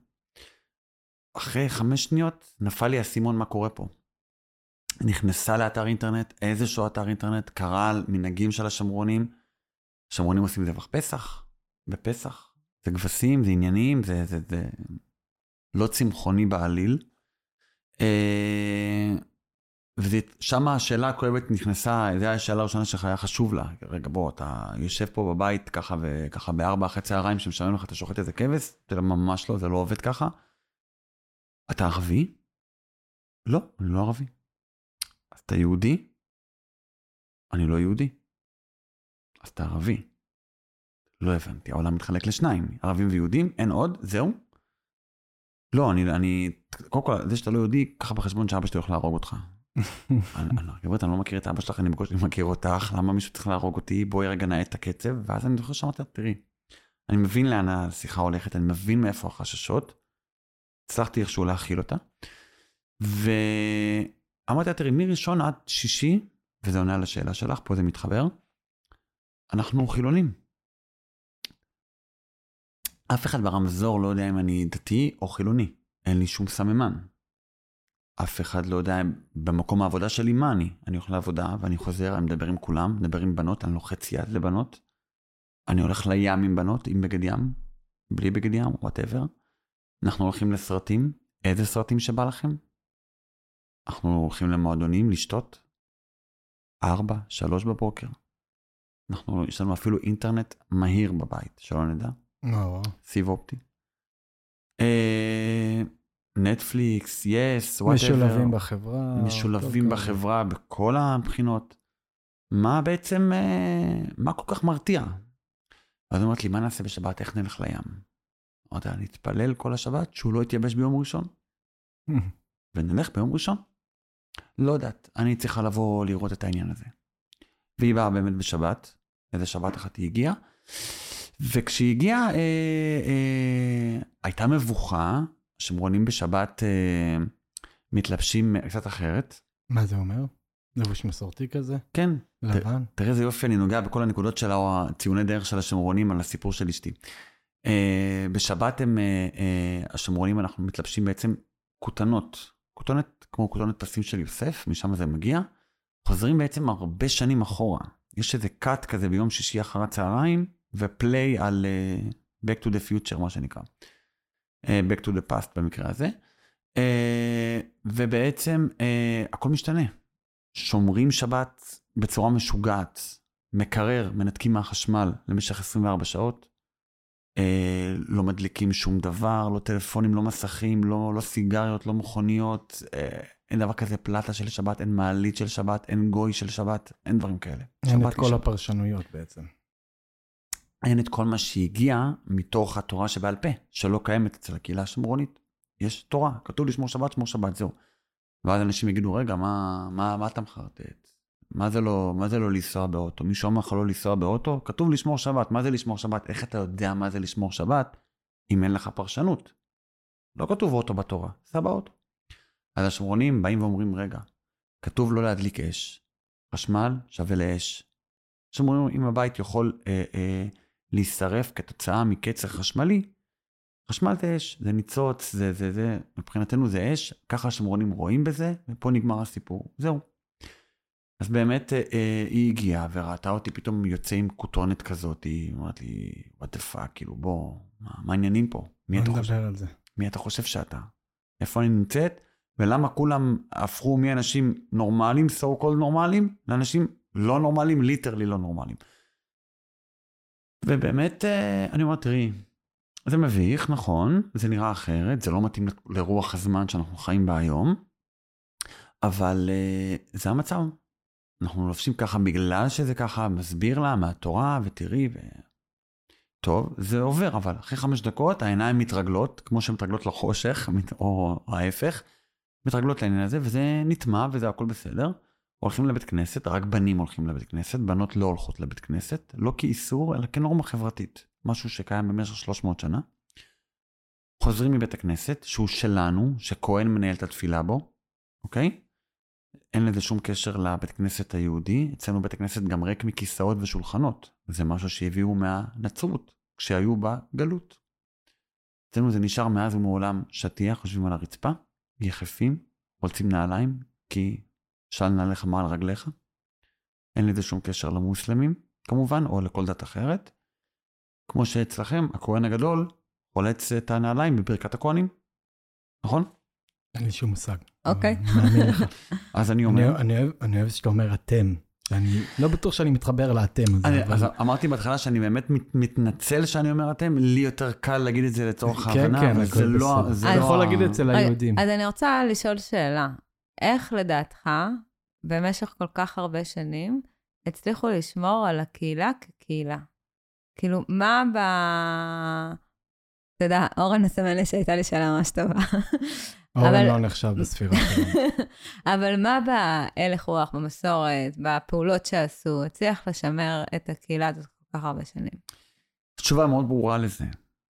אחרי 5 שניות נפל לי הסימון מה קורה פה. נכנסה לאתר אינטרנט, איזשהו אתר אינטרנט, קרא על מנהגים של השמרונים. השמרונים עושים זבח פסח, בפסח. זה כבשים, זה עניינים, זה לא צמחוני בעליל. ושם השאלה הכואבת נכנסה, זו השאלה הראשונה שלך היה חשוב לה. רגע בוא, אתה יושב פה בבית ככה וככה ב4 אחרי צהריים שמשלמים לך, אתה שוחט איזה כבש? זה ממש לא, זה לא עובד ככה. אתה ערבי? לא, אני לא ערבי. אז אתה יהודי? אני לא יהודי. אז אתה ערבי. לא הבנתי, העולם מתחלק לשניים. ערבים ויהודים, אין עוד, זהו. לא, קודם כל, זה שאתה לא יהודי, ככה בחשבון שאבא שלי הולך להרוג אותך. אני לא מכיר את אבא שלך, אני מכיר אותך, למה מישהו צריך להרוג אותי? בואי רגע נעט את הקצב, ואז אני זוכר שאמרתי, תראי, אני מבין לאן השיחה הולכת, אני מבין מאיפה החששות, הצלחתי איכשהו להכיל אותה, ואמרתי, תראי, מראשון עד שישי, וזה עונה על השאלה שלך, פה זה מתחבר, אנחנו חילונים. אף אחד ברמזור לא יודע אם אני דתי או חילוני, אין לי שום סממן. אף אחד לא יודע במקום העבודה שלי מה אני הולך לעבודה ואני חוזר, אני מדבר עם כולם, מדבר עם בנות, אני לוחץ יד לבנות, אני הולך לים עם בנות, עם בגד ים, בלי בגד ים, whatever. אנחנו הולכים לסרטים, איזה סרטים שבא לכם? אנחנו הולכים למועדונים, לשתות, 4, 3 בבוקר. יש לנו אפילו אינטרנט מהיר בבית, שלא נדע. סיב אופטי. נטפליקס, יס, whatever. משולבים בחברה. משולבים בחברה בכל הבחינות. מה בעצם, מה כל כך מרתיע? אז אמרת לי, מה נעשה בשבת? איך נלך לים? אמרתי, נתפלל כל השבת שהוא לא יתייבש ביום ראשון. ונלך ביום ראשון. לא יודעת, אני צריכה לבוא לראות את העניין הזה. והיא באה באמת בשבת, איזה שבת אחת היא הגיעה, וכשהיא הגיעה, הייתה מבוכה, שמרונים בשבת מתלבשים קצת אחרת. מה זה אומר? לבוש מסורתי כזה? כן. לבן? תראה איזה יופי, אני נוגע בכל הנקודות של הציוני דרך של השמרונים על הסיפור של אשתי. בשבת השמרונים אנחנו מתלבשים בעצם כותנות, כמו כותונת פסים של יוסף, משם זה מגיע, חוזרים בעצם הרבה שנים אחורה. יש איזה קאט כזה ביום שישי אחר הצהריים, ופליי על back to the future, מה שנקרא. back to the past במקרה הזה. ובעצם הכל משתנה. שומרים שבת בצורה משוגעת, מקרר, מנתקים מהחשמל למשך 24 שעות, לא מדליקים שום דבר, לא טלפונים, לא מסכים, לא סיגריות, לא מכוניות, אין דבר כזה פלטה של שבת, אין מעלית של שבת, אין גוי של שבת, אין דברים כאלה. אין את כל הפרשנויות בעצם. אין את כל מה שהגיע מתוך התורה שבעל פה, שלא קיימת אצל הקהילה השמרונית. יש תורה, כתוב לשמור שבת, זהו. ואז אנשים יגידו, רגע, מה אתה מחרטט? מה זה לא לנסוע באוטו? מישהו אמר לך לא לנסוע באוטו? כתוב לשמור שבת, מה זה לשמור שבת? איך אתה יודע מה זה לשמור שבת? אם אין לך פרשנות. לא כתוב אוטו בתורה, סע באוטו. אז השמרונים באים ואומרים, רגע, כתוב לא להדליק אש, חשמל שווה לאש. השמרונים, אם הבית יכול להישרף כתוצאה מקצר חשמלי, חשמל זה אש, זה ניצוץ, זה, מבחינתנו זה אש, ככה השמרונים רואים בזה, ופה נגמר הסיפור, זהו. אז באמת היא הגיעה וראתה אותי פתאום יוצא עם כותונת כזאת, היא אמרת לי, what the fuck, כאילו בוא, מה העניינים פה? מי אתה חושב שאתה? איפה אני נמצאת? ולמה כולם הפכו מאנשים נורמליים, so called נורמליים, לאנשים לא נורמליים, ליטרלי לא נורמליים. ובאמת, אני אומר, תראי, זה מביך, נכון, זה נראה אחרת, זה לא מתאים לרוח הזמן שאנחנו חיים בה היום, אבל זה המצב. אנחנו לובשים ככה בגלל שזה ככה מסביר לה מהתורה ותראי טוב, זה עובר, אבל אחרי 5 דקות העיניים מתרגלות, כמו שהן מתרגלות לחושך, או ההפך, מתרגלות לעניין הזה, וזה נטמע וזה הכל בסדר. הולכים לבית כנסת, רק בנים הולכים לבית כנסת, בנות לא הולכות לבית כנסת, לא כאיסור, אלא כנורמה חברתית, משהו שקיים במשך 300 שנה. חוזרים מבית הכנסת, שהוא שלנו, שכהן מנהל את התפילה בו, אוקיי? אין לזה שום קשר לבית כנסת היהודי. אצלנו בית הכנסת גם ריק מכיסאות ושולחנות. זה משהו שהביאו מהנצרות, כשהיו בגלות. אצלנו זה נשאר מאז ומעולם שטיח, חושבים על הרצפה, יחפים, רוצים נעליים, כי של נעליך מה על רגליך. אין לזה שום קשר למוסלמים, כמובן, או לכל דת אחרת. כמו שאצלכם, הכהן הגדול חולץ את הנעליים בברכת הכהנים. נכון? אין לי שום מושג. אוקיי. מאמין לך. אז אני אומר... אני אוהב שאתה אומר אתם. אני לא בטוח שאני מתחבר לאתם הזה. אז אמרתי בהתחלה שאני באמת מתנצל שאני אומר אתם, לי יותר קל להגיד את זה לצורך ההבנה, כן, אבל זה לא... אני יכול להגיד את זה ליהודים. אז אני רוצה לשאול שאלה. איך לדעתך, במשך כל כך הרבה שנים, הצליחו לשמור על הקהילה כקהילה? כאילו, מה אתה יודע, אורן מסמן לי שהייתה לי שאלה ממש טובה. אורן לא נחשב בספירה. אבל מה בהלך רוח, במסורת, בפעולות שעשו, הצליח לשמר את הקהילה הזאת כל כך הרבה שנים? תשובה מאוד ברורה לזה.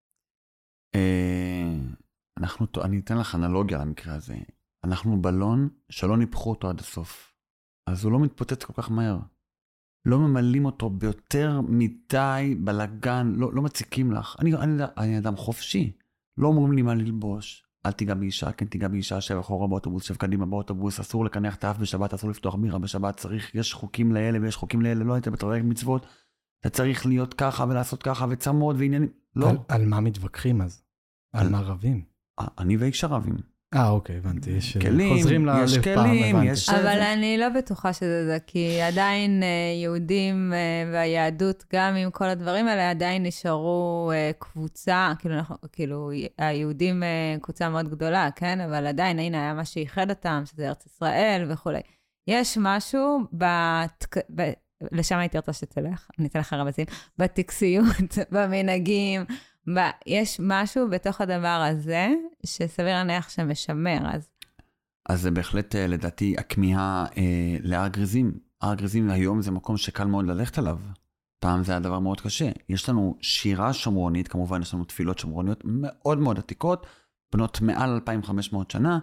אני אתן לך אנלוגיה למקרה הזה. אנחנו בלון שלא ניפחו אותו עד הסוף. אז הוא לא מתפוצץ כל כך מהר. לא ממלאים אותו ביותר מדי בלגן, לא מציקים לך. אני אדם חופשי. לא אומרים לי מה ללבוש. אל תיגע באישה, כן תיגע באישה, שב אחורה באוטובוס, שב קדימה באוטובוס, אסור לקנח את האף בשבת, אסור לפתוח בירה בשבת, יש חוקים לאלה ויש חוקים לאלה, לא היית בתרי"ג מצוות, אתה צריך להיות ככה ולעשות ככה וצמות ועניינים, לא. על מה מתווכחים אז? על מה רבים? אני ואישה רבים. אוקיי, הבנתי, יש כלים, חוזרים יש כלים, יש... אבל אני לא בטוחה שזה זה, כי עדיין יהודים והיהדות, גם עם כל הדברים האלה, עדיין נשארו קבוצה, כאילו היהודים קבוצה מאוד גדולה, כן? אבל עדיין, הנה, היה מה שייחד אותם, שזה ארץ ישראל וכו'. יש משהו לשם הייתי רוצה שתלך, אני אתן לך רמזים, בטקסיות, במנהגים, יש משהו בתוך הדבר הזה, שסביר להניח שמשמר, אז זה בהחלט, לדעתי, הכמיהה להר גריזים. הר גריזים היום זה מקום שקל מאוד ללכת עליו. פעם זה היה דבר מאוד קשה. יש לנו שירה שומרונית, כמובן יש לנו תפילות שומרוניות מאוד מאוד עתיקות, בנות מעל 2500 שנה,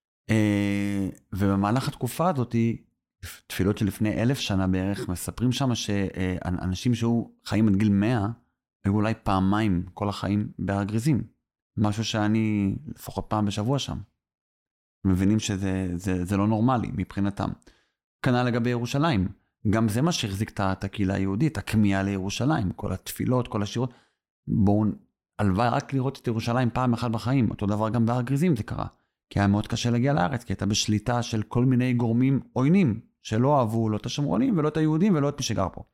ובמהלך התקופה הזאת, תפילות שלפני 1000 שנה בערך, מספרים שם שאנשים שהיו חיים עד גיל 100, היו אולי פעמיים כל החיים בהר גריזים. משהו שאני לפחות פעם בשבוע שם. מבינים שזה לא נורמלי מבחינתם. כנ"ל לגבי ירושלים. גם זה מה שהחזיק את הקהילה היהודית, הכמיהה לירושלים, כל התפילות, כל השירות. בואו, הלוואי רק לראות את ירושלים פעם אחת בחיים. אותו דבר גם בהר גריזים זה קרה. כי היה מאוד קשה להגיע לארץ, כי הייתה בשליטה של כל מיני גורמים עוינים, שלא אהבו לא את השומרונים ולא את היהודים ולא את מי שגר פה.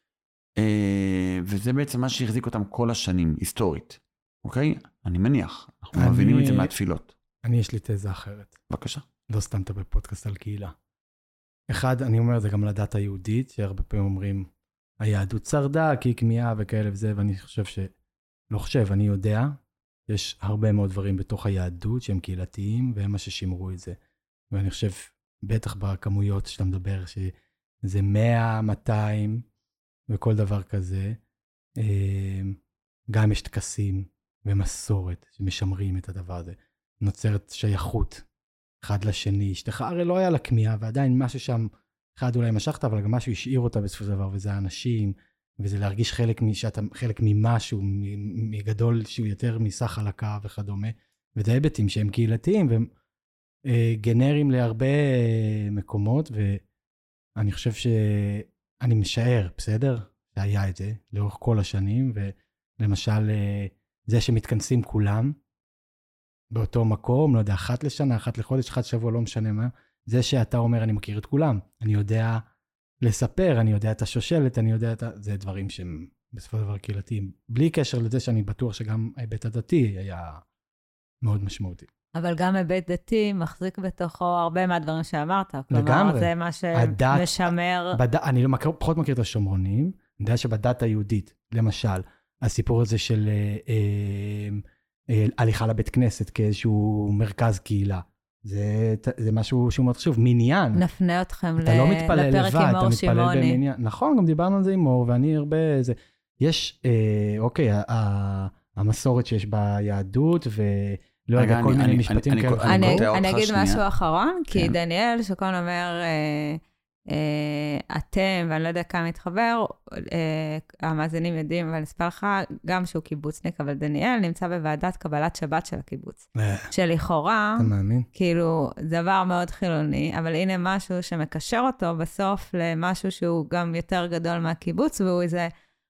וזה בעצם מה שהחזיק אותם כל השנים, היסטורית. אוקיי? אני מניח. אנחנו מבינים את זה מהתפילות. יש לי תזה אחרת. בבקשה. לא סתם אתה בפודקאסט על קהילה. אחד, אני אומר זה גם לדת היהודית, שהרבה פעמים אומרים, היהדות שרדה, כי היא כמיהה וכאלה וזה, ואני אני יודע, יש הרבה מאוד דברים בתוך היהדות שהם קהילתיים, והם מה ששימרו את זה. ואני חושב, בטח בכמויות שאתה מדבר, שזה 100, 200, וכל דבר כזה, גם יש טקסים ומסורת שמשמרים את הדבר הזה. נוצרת שייכות אחד לשני. אשתך הרי לא היה לה כמיהה, ועדיין משהו שם, אחד אולי משכת, אבל גם משהו השאיר אותה בסופו של דבר, וזה האנשים, וזה להרגיש שאתה חלק ממשהו, מגדול שהוא יותר מסך חלקה וכדומה, וזה היבטים שהם קהילתיים, והם גנריים להרבה מקומות, ואני חושב אני משער, בסדר? שהיה את זה לאורך כל השנים, ולמשל, זה שמתכנסים כולם, באותו מקום, לא יודע, אחת לשנה, אחת לחודש, אחת שבוע, לא משנה מה, זה שאתה אומר, אני מכיר את כולם, אני יודע לספר, אני יודע את השושלת, אני יודע זה דברים שהם בסופו של דבר קהילתיים, בלי קשר לזה שאני בטוח שגם ההיבט הדתי היה מאוד משמעותי. אבל גם היבט דתי מחזיק בתוכו הרבה מהדברים שאמרת. לגמרי. כלומר, זה מה שמשמר... אני פחות מכיר את השומרונים, אני יודע שבדת היהודית, למשל, הסיפור הזה של הליכה לבית כנסת כאיזשהו מרכז קהילה, זה משהו שהוא מאוד חשוב, מניין. נפנה אתכם אתה לא מתפלל לפרק עם מור שמעוני. נכון, גם דיברנו על זה עם מור, ואני הרבה... יש, אוקיי, המסורת שיש ביהדות, ולא יודע, כל מיני משפטים כאלה. אני אגיד משהו אחרון, כי דניאל שכון אומר, אתם, ואני לא יודע כמה מתחבר, המאזינים יודעים, ואני אספר לך, גם שהוא קיבוצניק, אבל דניאל נמצא בוועדת קבלת שבת של הקיבוץ. שלכאורה, כאילו, דבר מאוד חילוני, אבל הנה משהו שמקשר אותו בסוף למשהו שהוא גם יותר גדול מהקיבוץ, והוא איזה,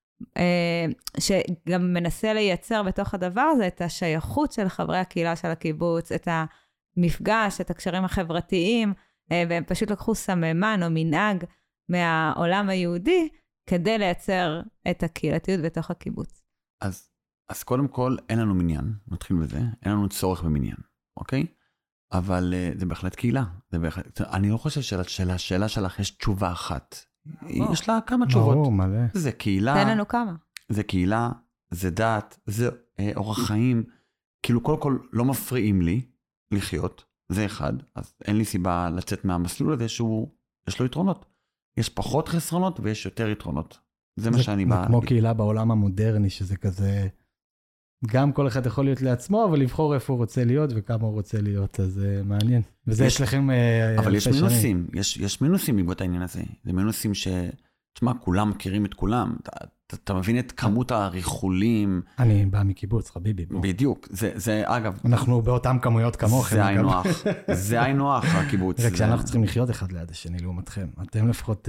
שגם מנסה לייצר בתוך הדבר הזה את השייכות של חברי הקהילה של הקיבוץ, את המפגש, את הקשרים החברתיים, והם פשוט לקחו סממן או מנהג מהעולם היהודי, כדי לייצר את הקהילתיות בתוך הקיבוץ. אז קודם כל, אין לנו מניין, נתחיל בזה, אין לנו צורך במניין, אוקיי? אבל זה בהחלט קהילה. אני לא חושב שלשאלה שלך יש תשובה אחת. יש לה כמה תשובות. זה קהילה. תן לנו כמה. זה קהילה, זה דת, זה אורח חיים. כאילו קודם כל לא מפריעים לי לחיות. זה אחד, אז אין לי סיבה לצאת מהמסלול הזה יש לו יתרונות. יש פחות חסרונות ויש יותר יתרונות. זה מה שאני בא. זה כמו קהילה בעולם המודרני, שזה כזה, גם כל אחד יכול להיות לעצמו, אבל לבחור איפה הוא רוצה להיות וכמה הוא רוצה להיות, אז זה מעניין. וזה יש לכם אבל יש מינוסים, יש מינוסים בעקבות העניין הזה. זה מינוסים תשמע, כולם מכירים את כולם. אתה מבין את כמות הריחולים. אני בא מקיבוץ, חביבי. בדיוק. זה אגב. אנחנו באותם כמויות כמוכם. זה היינו אח. זה היינו אח, הקיבוץ. רק שאנחנו צריכים לחיות אחד ליד השני לעומתכם. אתם לפחות...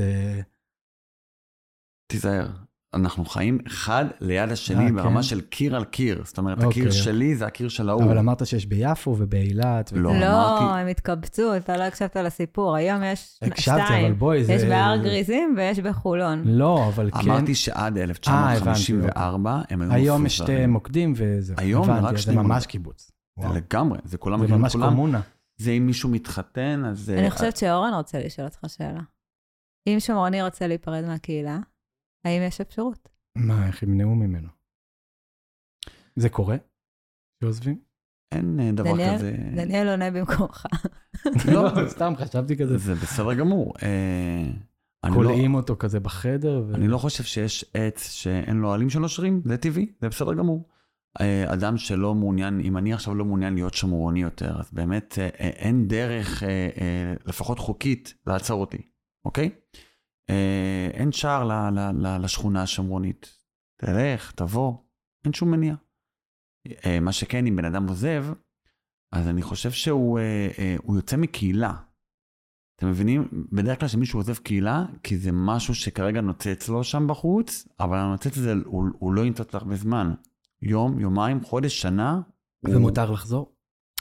תיזהר. אנחנו חיים אחד ליד השני ברמה של קיר על קיר. זאת אומרת, הקיר שלי זה הקיר של ההוא. אבל אמרת שיש ביפו ובאילת. לא, הם התקבצו, אתה לא הקשבת לסיפור. היום יש שתיים. יש בהר גריזים ויש בחולון. לא, אבל כן. אמרתי שעד 1954 הם היו היום יש שתי מוקדים וזה. היום רק שתי זה ממש קיבוץ. זה לגמרי, זה כולם. זה ממש קומונה. זה אם מישהו מתחתן, אז... אני חושבת שאורן רוצה לשאול אותך שאלה. אם שומרוני רוצה להיפרד מהקהילה, האם יש אפשרות? מה, איך ימנעו ממנו? זה קורה? שעוזבים? אין דבר כזה. דניאל עונה במקומך. לא, סתם חשבתי כזה. זה בסדר גמור. קולעים אותו כזה בחדר. אני לא חושב שיש עץ שאין לו עלים שנושרים, זה טבעי, זה בסדר גמור. אדם שלא מעוניין, אם אני עכשיו לא מעוניין להיות שמרוני יותר, אז באמת אין דרך, לפחות חוקית, לעצור אותי, אוקיי? אין שער לשכונה השמרונית. תלך, תבוא, אין שום מניע. מה שכן, אם בן אדם עוזב, אז אני חושב שהוא יוצא מקהילה. אתם מבינים? בדרך כלל שמישהו עוזב קהילה, כי זה משהו שכרגע נוצץ לו שם בחוץ, אבל הנוצץ הזה הוא לא ינצץ לך בזמן. יום, יומיים, חודש, שנה. ומותר לחזור?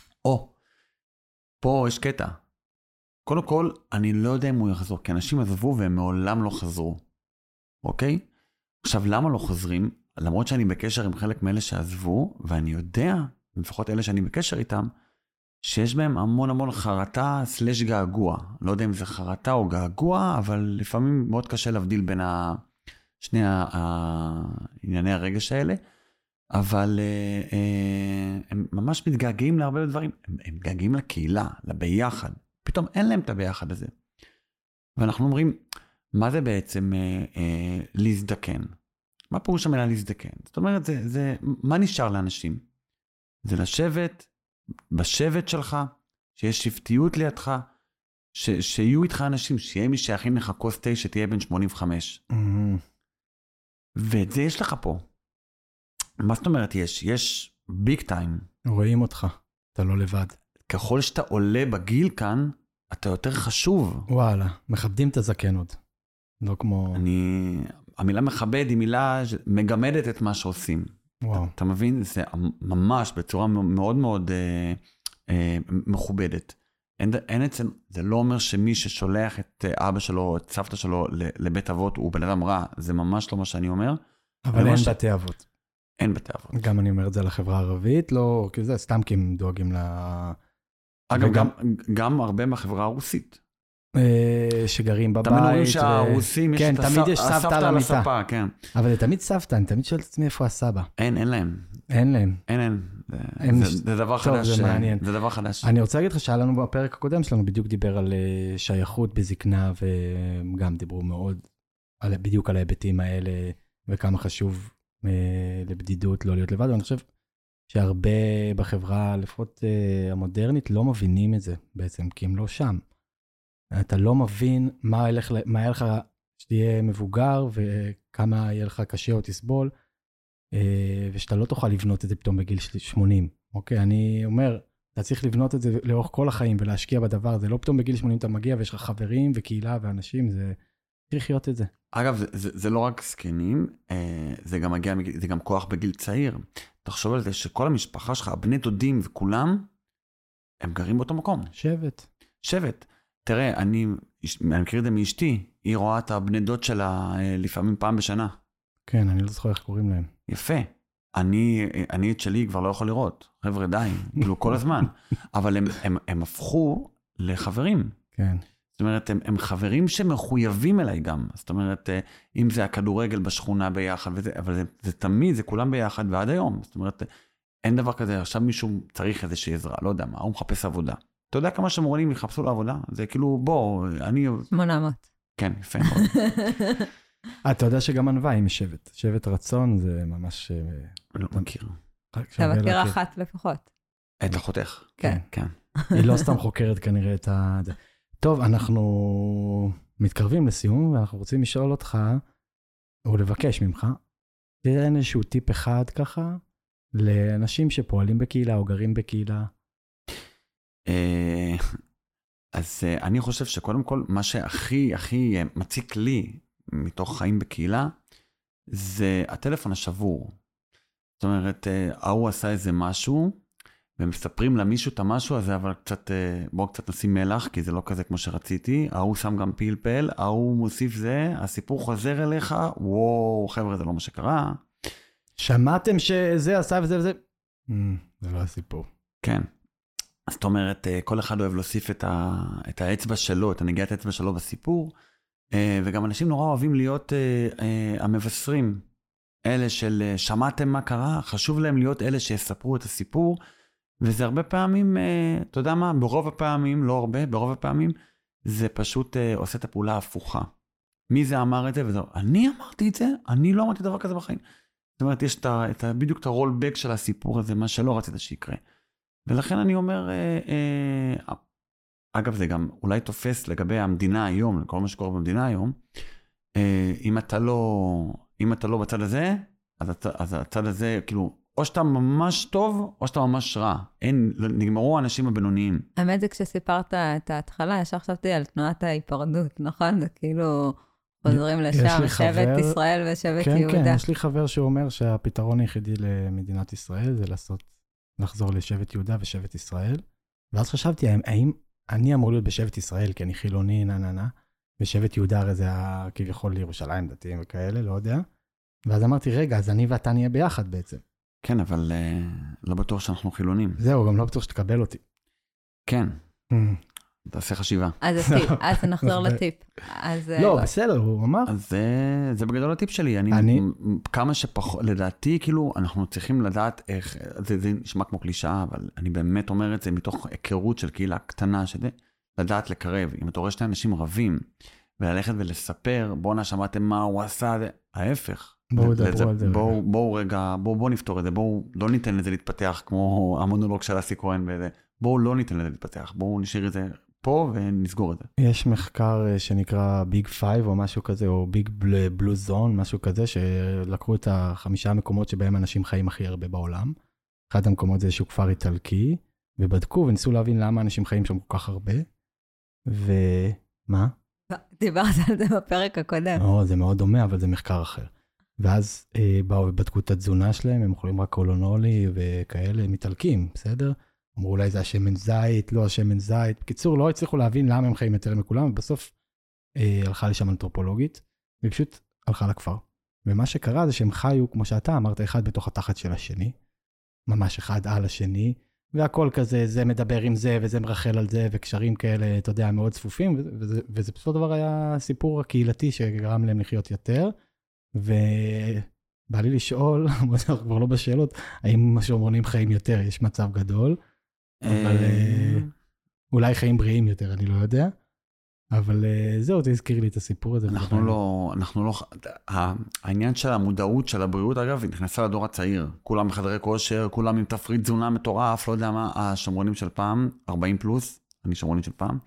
פה יש קטע. קודם כל, אני לא יודע אם הוא יחזור, כי אנשים עזבו והם מעולם לא חזרו. אוקיי? עכשיו, למה לא חוזרים? למרות שאני בקשר עם חלק מאלה שעזבו, ואני יודע, לפחות אלה שאני בקשר איתם, שיש בהם המון המון חרטה סלש געגוע. לא יודע אם זה חרטה או געגוע, אבל לפעמים מאוד קשה להבדיל בין שני ענייני הרגש האלה. אבל הם ממש מתגעגעים להרבה דברים. הם מתגעגעים לקהילה, לביחד. פתאום אין להם את הביחד הזה. ואנחנו אומרים, מה זה בעצם להזדקן? מה פירוש המילה להזדקן? זאת אומרת, מה נשאר לאנשים? זה לשבת בשבט שלך, שיש שבטיות לידך, שיהיו איתך אנשים, שיהיה מי שיכין לך כוס תה שתהיה בן 85. ואת זה יש לך פה. מה זאת אומרת יש ביג טיים. רואים אותך, אתה לא לבד. ככל שאתה עולה בגיל כאן, אתה יותר חשוב. וואלה, מכבדים את הזקן עוד. לא כמו... המילה מכבד היא מילה מגמדת את מה שעושים. וואו. אתה מבין? זה ממש בצורה מאוד מאוד מכובדת. אין אצל, זה לא אומר שמי ששולח את אבא שלו או את סבתא שלו לבית אבות הוא בן אדם רע. זה ממש לא מה שאני אומר. אבל אין בתי אבות. אין בתי אבות. גם אני אומר את זה לחברה הערבית, לא, כי זה סתם כי הם דואגים אגב, גם הרבה בחברה הרוסית. שגרים בבית. תמיד אומרים שהרוסים יש את הסבתא על הספה, כן. אבל זה תמיד סבתא, אני תמיד שואל את עצמי איפה הסבא. אין להם. אין להם. זה דבר חדש. זה מעניין. זה דבר חדש. אני רוצה להגיד לך שהיה לנו בפרק הקודם שלנו, בדיוק דיבר על שייכות בזקנה, וגם דיברו מאוד בדיוק על ההיבטים האלה, וכמה חשוב לבדידות, לא להיות לבד, ואני חושב שהרבה בחברה, לפחות המודרנית, לא מבינים את זה בעצם, כי הם לא שם. אתה לא מבין מה יהיה לך שתהיה מבוגר, וכמה יהיה לך קשה או תסבול, ושאתה לא תוכל לבנות את זה פתאום בגיל 80. אוקיי, אני אומר, אתה צריך לבנות את זה לאורך כל החיים, ולהשקיע בדבר, זה לא פתאום בגיל 80 אתה מגיע, ויש לך חברים וקהילה ואנשים, זה צריך להיות את זה. אגב, זה לא רק סקנים, זה גם מגיע, זה גם כוח בגיל צעיר. תחשוב על זה שכל המשפחה שלך, הבני דודים וכולם, הם גרים באותו מקום. שבט. תראה, אני מכיר את זה מאשתי, היא רואה את הבני דוד שלה לפעמים פעם בשנה. כן, אני לא זוכר איך קוראים להם. יפה. אני את שלי כבר לא יכול לראות. חבר'ה, די, כאילו כל הזמן. אבל הם הפכו לחברים. כן. זאת אומרת, הם חברים שמחויבים אליי גם. זאת אומרת, אם זה הכדורגל בשכונה ביחד, אבל זה תמיד, זה כולם ביחד ועד היום. זאת אומרת, אין דבר כזה, עכשיו מישהו צריך איזושהי עזרה, לא יודע מה, הוא מחפש עבודה. אתה יודע כמה שמורנים יחפשו לעבודה? זה כאילו, בוא, אני... 800. כן, יפה מאוד. אתה יודע שגם ענווה היא משבט. שבט רצון זה ממש... לא מכיר. אתה מכיר אחת לפחות. את אחותך. כן. כן. היא לא סתם חוקרת כנראה את ה... טוב, אנחנו מתקרבים לסיום, ואנחנו רוצים לשאול אותך, או לבקש ממך, תראה איזשהו טיפ אחד ככה, לאנשים שפועלים בקהילה או גרים בקהילה. אז אני חושב שקודם כל, מה שהכי מציק לי מתוך חיים בקהילה, זה הטלפון השבור. זאת אומרת, הוא עשה איזה משהו, ומספרים למישהו את המשהו הזה, אבל בואו קצת נשים מלח, כי זה לא כזה כמו שרציתי, הוא שם גם פלפל, הוא מוסיף זה, הסיפור חוזר אליך, וואו, חבר'ה, זה לא מה שקרה. שמעתם שזה עשה וזה וזה? זה לא הסיפור. כן. אז זאת אומרת, כל אחד אוהב להוסיף את האצבע שלו, את הנגיעת האצבע שלו בסיפור, וגם אנשים נורא אוהבים להיות המבשרים, אלה של שמעתם מה קרה, חשוב להם להיות אלה שיספרו את הסיפור, וזה הרבה פעמים, אתה יודע מה, ברוב הפעמים, לא הרבה, ברוב הפעמים, זה פשוט עושה את הפעולה ההפוכה. מי זה אמר את זה? וזה, אני אמרתי את זה? אני לא אמרתי דבר כזה בחיים. זאת אומרת, יש בדיוק את הרולבק של הסיפור הזה, מה שלא רצית שיקרה. ולכן אני אומר, אגב, זה גם אולי תופס לגבי המדינה היום, לכל מה שקורה במדינה היום, אם אתה לא בצד הזה, אז הצד הזה, כאילו, או שאתה ממש טוב, או שאתה ממש רע. נגמרו האנשים הבינוניים. האמת זה כשסיפרת את ההתחלה, ישר חשבתי על תנועת ההיפרדות, נכון? זה כאילו חוזרים לשם, שבט ישראל ושבט יהודה. כן, יש לי חבר שאומר שהפתרון היחידי למדינת ישראל זה לחזור לשבט יהודה ושבט ישראל. ואז חשבתי, האם אני אמור להיות בשבט ישראל, כי אני חילוני, ושבט יהודה הרי זה כביכול לירושלים, דתיים וכאלה, לא יודע. ואז אמרתי, רגע, אז אני ואתה נהיה ביחד בעצם. כן, אבל לא בטוח שאנחנו חילונים. זהו, גם לא בטוח שתקבל אותי. כן. תעשה חשיבה. אז נחזור לטיפ. לא, בסדר, הוא אמר. אז זה בגדול הטיפ שלי. כמה שפחות, לדעתי, כאילו, אנחנו צריכים לדעת איך, זה נשמע כמו קלישאה, אבל אני באמת אומר את זה מתוך היכרות של קהילה קטנה, לדעת לקרב. אם אתה רואה שני אנשים רבים, וללכת ולספר, בואו שמעתם מה הוא עשה, ההפך. בואו נפתור את זה, בואו לא ניתן לזה להתפתח כמו המונולוג של אסי כהן, בואו לא ניתן לזה להתפתח, בואו נשאיר את זה פה ונסגור את זה. יש מחקר שנקרא ביג 5 או משהו כזה, או ביג בלו זון, משהו כזה, שלקחו את 5 המקומות שבהם אנשים חיים הכי הרבה בעולם. אחד המקומות זה איזשהו כפר איטלקי, ובדקו וניסו להבין למה אנשים חיים שם כל כך הרבה. ומה? דיברת על זה בפרק הקודם. זה מאוד דומה, אבל זה מחקר אחר. ואז באו ובדקו את התזונה שלהם, הם אוכלים רק קולונולי וכאלה, הם איטלקים, בסדר? אמרו אולי זה השמן זית, לא השמן זית. בקיצור, לא הצליחו להבין למה הם חיים יותר מכולם, ובסוף הלכה לשם אנתרופולוגית, ופשוט הלכה לכפר. ומה שקרה זה שהם חיו, כמו שאתה אמרת, אחד בתוך התחת של השני, ממש אחד על השני, והכל כזה, זה מדבר עם זה, וזה מרחל על זה, וקשרים כאלה, אתה יודע, מאוד צפופים, וזה בסופו דבר היה סיפור הקהילתי שגרם להם לחיות יותר, ובא לי לשאול, אנחנו כבר לא בשאלות, האם השומרונים חיים יותר, יש מצב גדול, אבל אולי חיים בריאים יותר, אני לא יודע, אבל זהו, תזכיר לי את הסיפור הזה. אנחנו לא, העניין של המודעות של הבריאות, אגב, נכנסה לדור הצעיר. כולם בחדרי כושר, כולם עם תפריט תזונה מטורף, לא יודע מה, השמרונים של פעם, 40 פלוס, אני שמרונית של פעם.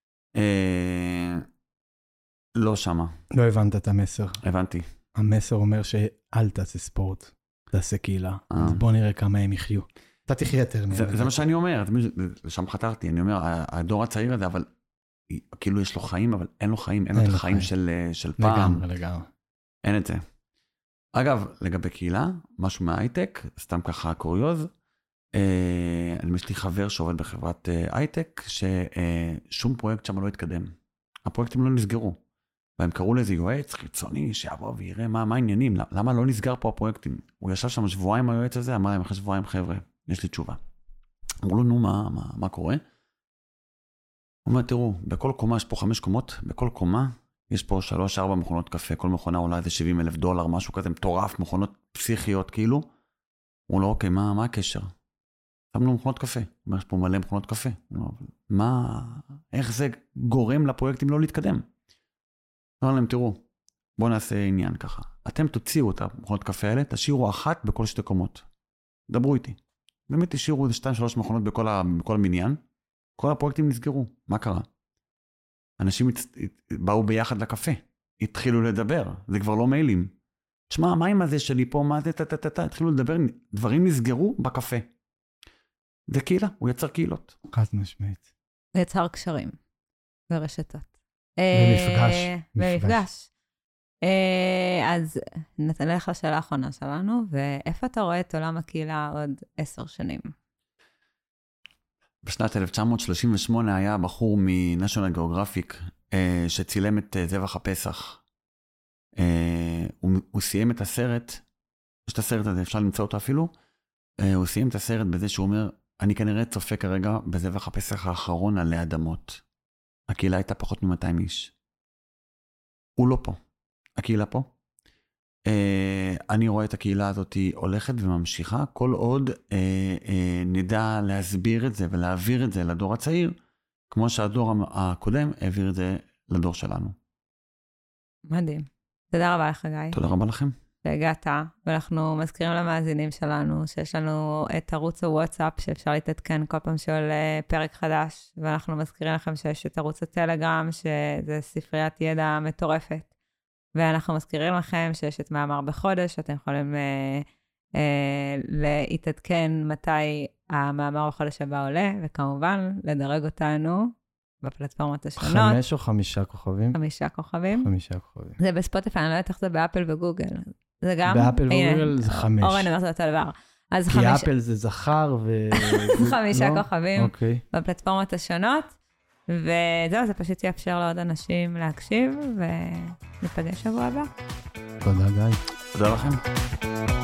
לא שמה. לא הבנת את המסר. הבנתי. המסר אומר שאל תעשה ספורט, תעשה קהילה. אז בוא נראה כמה הם יחיו. אתה תחיה יותר. זה מה שאני אומר, לשם חתרתי, אני אומר, הדור הצעיר הזה, אבל כאילו יש לו חיים, אבל אין לו חיים, אין לו את החיים של פעם. לגמרי. אין את זה. אגב, לגבי קהילה, משהו מההייטק, סתם ככה קוריוז, אני יש לי חבר שעובד בחברת הייטק, ששום פרויקט שם לא התקדם. הפרויקטים לא נסגרו. והם קראו לזה יועץ חיצוני, שיבוא ויראה מה העניינים, למה לא נסגר פה הפרויקטים. הוא ישב שם שבועיים היועץ הזה, אמר להם אחרי שבועיים, חבר'ה, יש לי תשובה. אמרו לו, נו, מה קורה? הוא אומר, תראו, בכל קומה יש פה 5 קומות, בכל קומה יש פה 3-4 מכונות קפה, כל מכונה עולה איזה $70,000, משהו כזה מטורף, מכונות פסיכיות כאילו. הוא לא, אוקיי, מה הקשר? שמנו מכונות קפה. הוא אומר, יש פה מלא מכונות קפה. איך זה גורם לפרויקטים לא להתקדם? אמר להם, תראו, בואו נעשה עניין ככה. אתם תוציאו את המכונות קפה האלה, תשאירו 1 בכל 2 קומות. דברו איתי. באמת תשאירו 2-3 מכונות בכל המניין. כל הפרויקטים נסגרו. מה קרה? אנשים באו ביחד לקפה. התחילו לדבר. זה כבר לא מיילים. תשמע, מה עם הזה שלי פה? מה זה? התחילו לדבר. דברים נסגרו בקפה. זה קהילה. הוא יצר קהילות. חד משמעית. הוא יצר קשרים. ורשתות. במפגש. אז נלך לשאלה האחרונה שלנו, ואיפה אתה רואה את עולם הקהילה עוד 10 שנים? בשנת 1938 היה בחור מ-National Geographic שצילם את זבח הפסח. הוא סיים את הסרט, יש את הסרט הזה, אפשר למצוא אותו אפילו, הוא סיים את הסרט בזה שהוא אומר, אני כנראה צופה כרגע בזבח הפסח האחרון עלי אדמות. הקהילה הייתה פחות מ-200 איש. הוא לא פה. הקהילה פה. אני רואה את הקהילה הזאת הולכת וממשיכה, כל עוד נדע להסביר את זה ולהעביר את זה לדור הצעיר, כמו שהדור הקודם העביר את זה לדור שלנו. מדהים. תודה רבה לך, גיא. תודה רבה לכם. שהגעת, ואנחנו מזכירים למאזינים שלנו, שיש לנו את ערוץ הוואטסאפ, שאפשר להתעדכן כל פעם שעולה פרק חדש, ואנחנו מזכירים לכם שיש את ערוץ הטלגרם, שזה ספריית ידע מטורפת. ואנחנו מזכירים לכם שיש את מאמר בחודש, שאתם יכולים להתעדכן מתי המאמר בחודש הבא עולה, וכמובן לדרג אותנו בפלטפורמות השונות. 5 או 5 כוכבים? 5 כוכבים. 5 כוכבים. זה בספוטיפיי, אני לא יודעת איך זה באפל וגוגל. זה גם... באפל וגוגל זה 5. אורן אומר זה אותו דבר. כי אפל זה זכר ו... 5 כוכבים בפלטפורמות השונות. וזהו, זה פשוט יאפשר לעוד אנשים להקשיב, ונפגש שבוע הבא. תודה, גיא. תודה לכם.